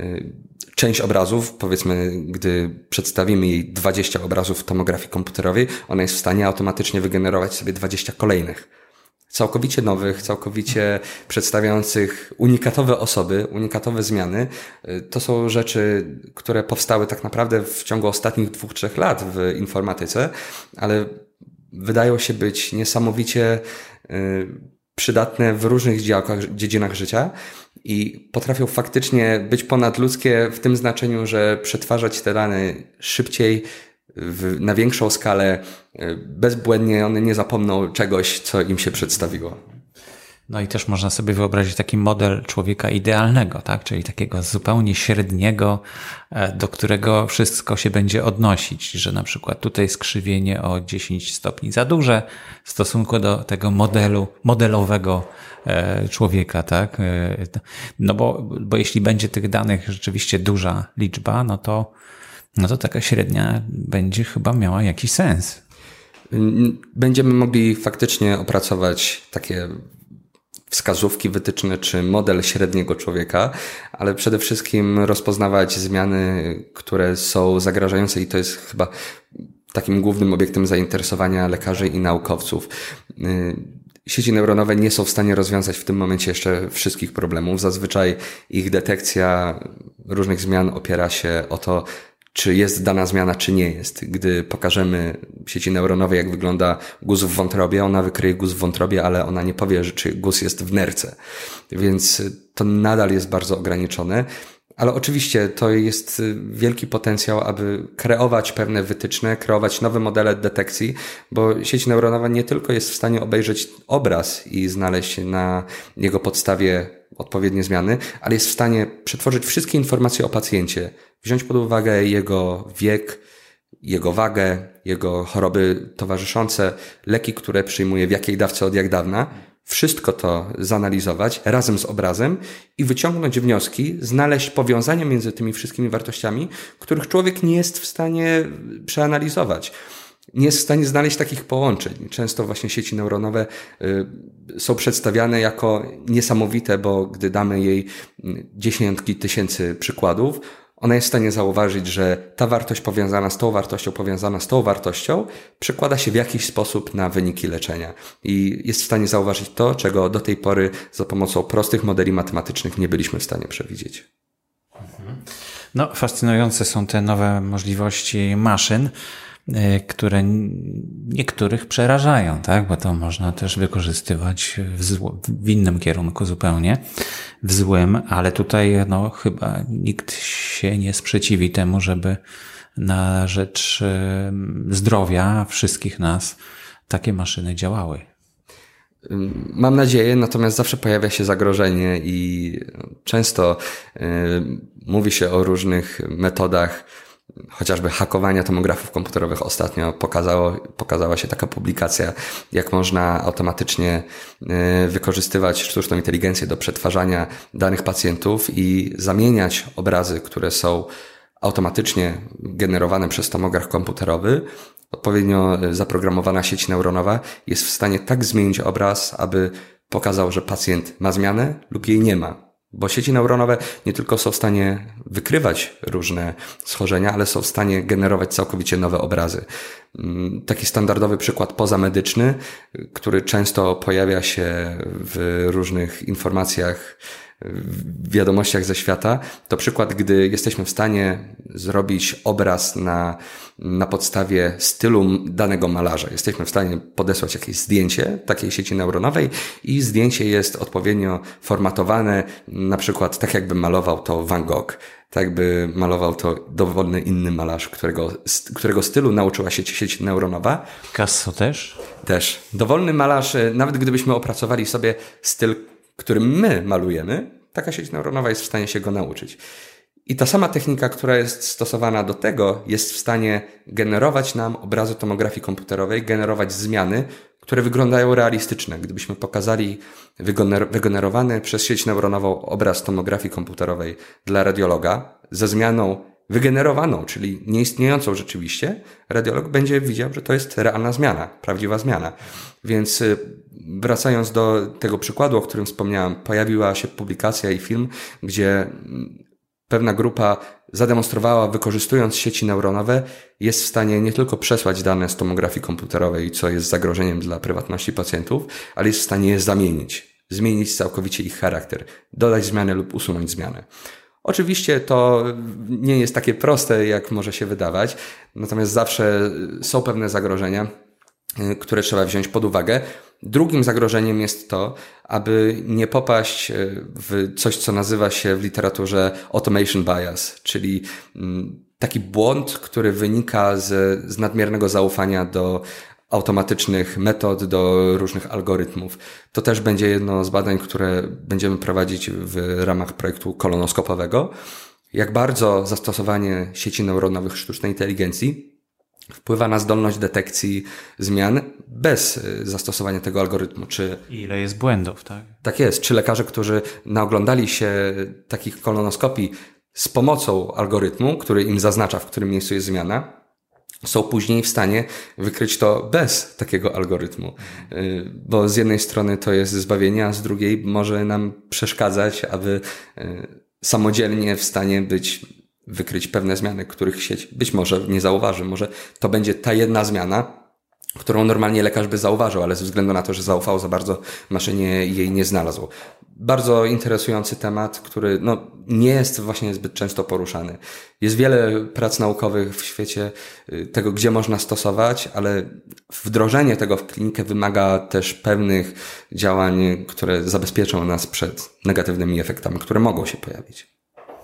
część obrazów, powiedzmy, gdy przedstawimy jej 20 obrazów w tomografii komputerowej, ona jest w stanie automatycznie wygenerować sobie 20 kolejnych. Całkowicie nowych, całkowicie przedstawiających unikatowe osoby, unikatowe zmiany. To są rzeczy, które powstały tak naprawdę w ciągu ostatnich 2-3 lat w informatyce, ale wydają się być niesamowicie przydatne w różnych dziedzinach życia i potrafią faktycznie być ponadludzkie w tym znaczeniu, że przetwarzać te dane szybciej, na większą skalę, bezbłędnie. One nie zapomną czegoś, co im się przedstawiło. No i też można sobie wyobrazić taki model człowieka idealnego, tak? Czyli takiego zupełnie średniego, do którego wszystko się będzie odnosić, że na przykład tutaj skrzywienie o 10 stopni za duże w stosunku do tego modelowego człowieka, tak? No bo jeśli będzie tych danych rzeczywiście duża liczba, no to taka średnia będzie chyba miała jakiś sens. Będziemy mogli faktycznie opracować takie wskazówki, wytyczne czy model średniego człowieka, ale przede wszystkim rozpoznawać zmiany, które są zagrażające i to jest chyba takim głównym obiektem zainteresowania lekarzy i naukowców. Sieci neuronowe nie są w stanie rozwiązać w tym momencie jeszcze wszystkich problemów. Zazwyczaj ich detekcja różnych zmian opiera się o to, czy jest dana zmiana, czy nie jest. Gdy pokażemy sieci neuronowej, jak wygląda guz w wątrobie, ona wykryje guz w wątrobie, ale ona nie powie, czy guz jest w nerce. Więc to nadal jest bardzo ograniczone, Ale oczywiście to jest wielki potencjał, aby kreować pewne wytyczne, kreować nowe modele detekcji, bo sieć neuronowa nie tylko jest w stanie obejrzeć obraz i znaleźć na jego podstawie odpowiednie zmiany, ale jest w stanie przetworzyć wszystkie informacje o pacjencie, wziąć pod uwagę jego wiek, jego wagę, jego choroby towarzyszące, leki, które przyjmuje, w jakiej dawce, od jak dawna. Wszystko to zanalizować razem z obrazem i wyciągnąć wnioski, znaleźć powiązania między tymi wszystkimi wartościami, których człowiek nie jest w stanie przeanalizować. Nie jest w stanie znaleźć takich połączeń. Często właśnie sieci neuronowe są przedstawiane jako niesamowite, bo gdy damy jej dziesiątki tysięcy przykładów, ona jest w stanie zauważyć, że ta wartość powiązana z tą wartością przekłada się w jakiś sposób na wyniki leczenia. I jest w stanie zauważyć to, czego do tej pory za pomocą prostych modeli matematycznych nie byliśmy w stanie przewidzieć. No, fascynujące są te nowe możliwości maszyn, które niektórych przerażają, tak? Bo to można też wykorzystywać w innym kierunku zupełnie, w złym, ale tutaj chyba nikt się nie sprzeciwi temu, żeby na rzecz zdrowia wszystkich nas takie maszyny działały. Mam nadzieję, natomiast zawsze pojawia się zagrożenie i często mówi się o różnych metodach, chociażby hakowania tomografów komputerowych. Ostatnio pokazała się taka publikacja, jak można automatycznie wykorzystywać sztuczną inteligencję do przetwarzania danych pacjentów i zamieniać obrazy, które są automatycznie generowane przez tomograf komputerowy. Odpowiednio zaprogramowana sieć neuronowa jest w stanie tak zmienić obraz, aby pokazał, że pacjent ma zmianę lub jej nie ma. Bo sieci neuronowe nie tylko są w stanie wykrywać różne schorzenia, ale są w stanie generować całkowicie nowe obrazy. Taki standardowy przykład pozamedyczny, który często pojawia się w różnych informacjach, w wiadomościach ze świata, to przykład, gdy jesteśmy w stanie zrobić obraz na podstawie stylu danego malarza. Jesteśmy w stanie podesłać jakieś zdjęcie takiej sieci neuronowej i zdjęcie jest odpowiednio formatowane, na przykład tak jakby malował to Van Gogh, tak jakby malował to dowolny inny malarz, którego stylu nauczyła się sieć neuronowa. Picasso też? Też. Dowolny malarz, nawet gdybyśmy opracowali sobie styl, którym my malujemy, taka sieć neuronowa jest w stanie się go nauczyć. I ta sama technika, która jest stosowana do tego, jest w stanie generować nam obrazy tomografii komputerowej, generować zmiany, które wyglądają realistyczne. Gdybyśmy pokazali wygenerowany przez sieć neuronową obraz tomografii komputerowej dla radiologa ze zmianą wygenerowaną, czyli nieistniejącą rzeczywiście, radiolog będzie widział, że to jest realna zmiana, prawdziwa zmiana. Więc wracając do tego przykładu, o którym wspomniałem, pojawiła się publikacja i film, gdzie pewna grupa zademonstrowała, wykorzystując sieci neuronowe, jest w stanie nie tylko przesłać dane z tomografii komputerowej, co jest zagrożeniem dla prywatności pacjentów, ale jest w stanie je zmienić całkowicie ich charakter, dodać zmianę lub usunąć zmianę. Oczywiście to nie jest takie proste, jak może się wydawać, natomiast zawsze są pewne zagrożenia, które trzeba wziąć pod uwagę. Drugim zagrożeniem jest to, aby nie popaść w coś, co nazywa się w literaturze automation bias, czyli taki błąd, który wynika z nadmiernego zaufania do automatycznych metod, do różnych algorytmów. To też będzie jedno z badań, które będziemy prowadzić w ramach projektu kolonoskopowego. Jak bardzo zastosowanie sieci neuronowych sztucznej inteligencji wpływa na zdolność detekcji zmian bez zastosowania tego algorytmu. Ile jest błędów, tak? Tak jest. Czy lekarze, którzy naoglądali się takich kolonoskopii z pomocą algorytmu, który im zaznacza, w którym miejscu jest zmiana, są później w stanie wykryć to bez takiego algorytmu. Bo z jednej strony to jest zbawienie, a z drugiej może nam przeszkadzać, aby samodzielnie w stanie wykryć pewne zmiany, których sieć być może nie zauważy. Może to będzie ta jedna zmiana, którą normalnie lekarz by zauważył, ale ze względu na to, że zaufał za bardzo maszynie, jej nie znalazł. Bardzo interesujący temat, który nie jest właśnie zbyt często poruszany. Jest wiele prac naukowych w świecie tego, gdzie można stosować, ale wdrożenie tego w klinikę wymaga też pewnych działań, które zabezpieczą nas przed negatywnymi efektami, które mogą się pojawić.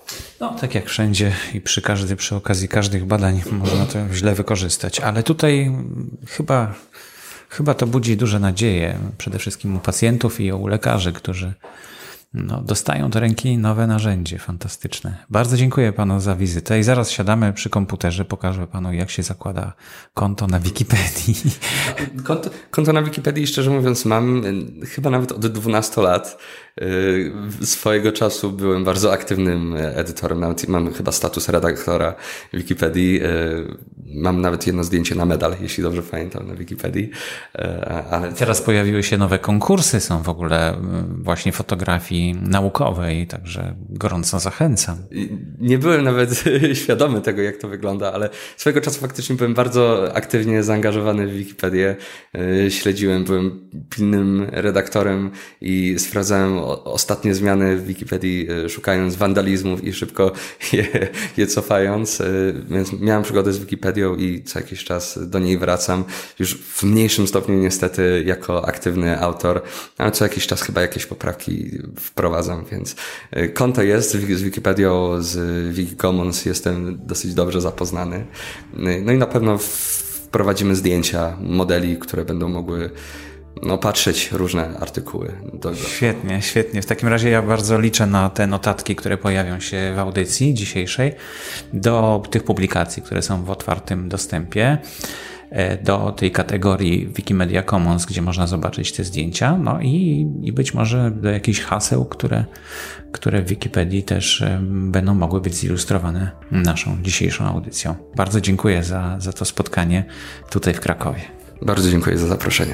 No, tak jak wszędzie i przy okazji każdych badań można to źle wykorzystać, ale tutaj chyba to budzi duże nadzieje, przede wszystkim u pacjentów i u lekarzy, którzy dostają do ręki nowe narzędzie fantastyczne. Bardzo dziękuję panu za wizytę i zaraz siadamy przy komputerze, pokażę panu, jak się zakłada konto na Wikipedii. Konto na Wikipedii, szczerze mówiąc, mam chyba nawet od 12 lat. Swojego czasu byłem bardzo aktywnym edytorem, nawet mam chyba status redaktora Wikipedii. Mam nawet jedno zdjęcie na medal, jeśli dobrze pamiętam, na Wikipedii. Ale teraz pojawiły się nowe konkursy, są w ogóle właśnie fotografii naukowej, także gorąco zachęcam. Nie byłem nawet świadomy tego, jak to wygląda, ale swojego czasu faktycznie byłem bardzo aktywnie zaangażowany w Wikipedię. Śledziłem, byłem pilnym redaktorem i sprawdzałem ostatnie zmiany w Wikipedii, szukając wandalizmów i szybko je cofając. Więc miałem przygodę z Wikipedią i co jakiś czas do niej wracam. Już w mniejszym stopniu niestety jako aktywny autor, ale co jakiś czas chyba jakieś poprawki wprowadzam, więc konto jest z Wikipedią, z Wikicommons jestem dosyć dobrze zapoznany. No i na pewno wprowadzimy zdjęcia modeli, które będą mogły patrzeć różne artykuły. Świetnie. W takim razie ja bardzo liczę na te notatki, które pojawią się w audycji dzisiejszej, do tych publikacji, które są w otwartym dostępie, do tej kategorii Wikimedia Commons, gdzie można zobaczyć te zdjęcia, i być może do jakichś haseł, które w Wikipedii też będą mogły być zilustrowane naszą dzisiejszą audycją. Bardzo dziękuję za to spotkanie tutaj w Krakowie. Bardzo dziękuję za zaproszenie.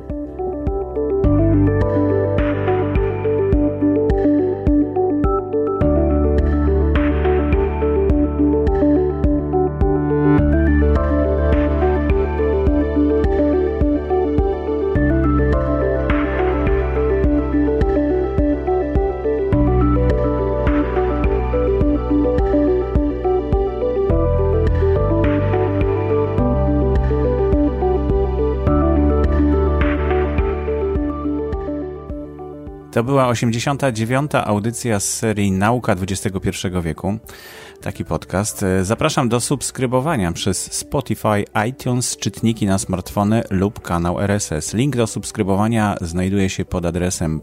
To była 89. audycja z serii Nauka XXI wieku. Taki podcast. Zapraszam do subskrybowania przez Spotify, iTunes, czytniki na smartfony lub kanał RSS. Link do subskrybowania znajduje się pod adresem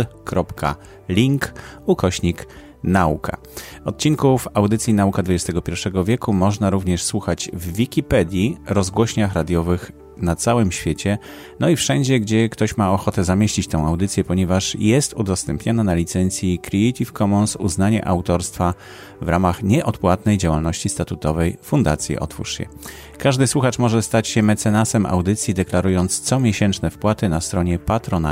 pod.link/nauka. Odcinków audycji Nauka XXI wieku można również słuchać w Wikipedii, rozgłośniach radiowych na całym świecie, no i wszędzie, gdzie ktoś ma ochotę zamieścić tę audycję, ponieważ jest udostępniana na licencji Creative Commons uznanie autorstwa w ramach nieodpłatnej działalności statutowej Fundacji Otwórz się. Każdy słuchacz może stać się mecenasem audycji, deklarując comiesięczne wpłaty na stronie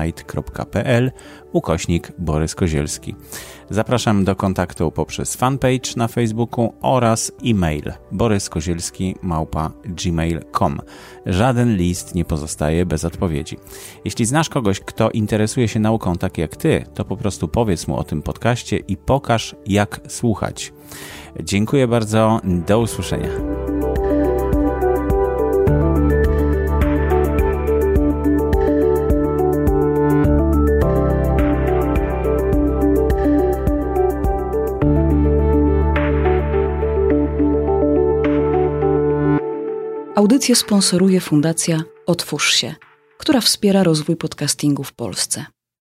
patronite.pl/Borys Kozielski. Zapraszam do kontaktu poprzez fanpage na Facebooku oraz e-mail boryskozielski@gmail.com. Żaden list nie pozostaje bez odpowiedzi. Jeśli znasz kogoś, kto interesuje się nauką tak jak ty, to po prostu powiedz mu o tym podcaście i pokaż, jak słuchać. Dziękuję bardzo. Do usłyszenia. Audycję sponsoruje Fundacja Otwórz się, która wspiera rozwój podcastingu w Polsce.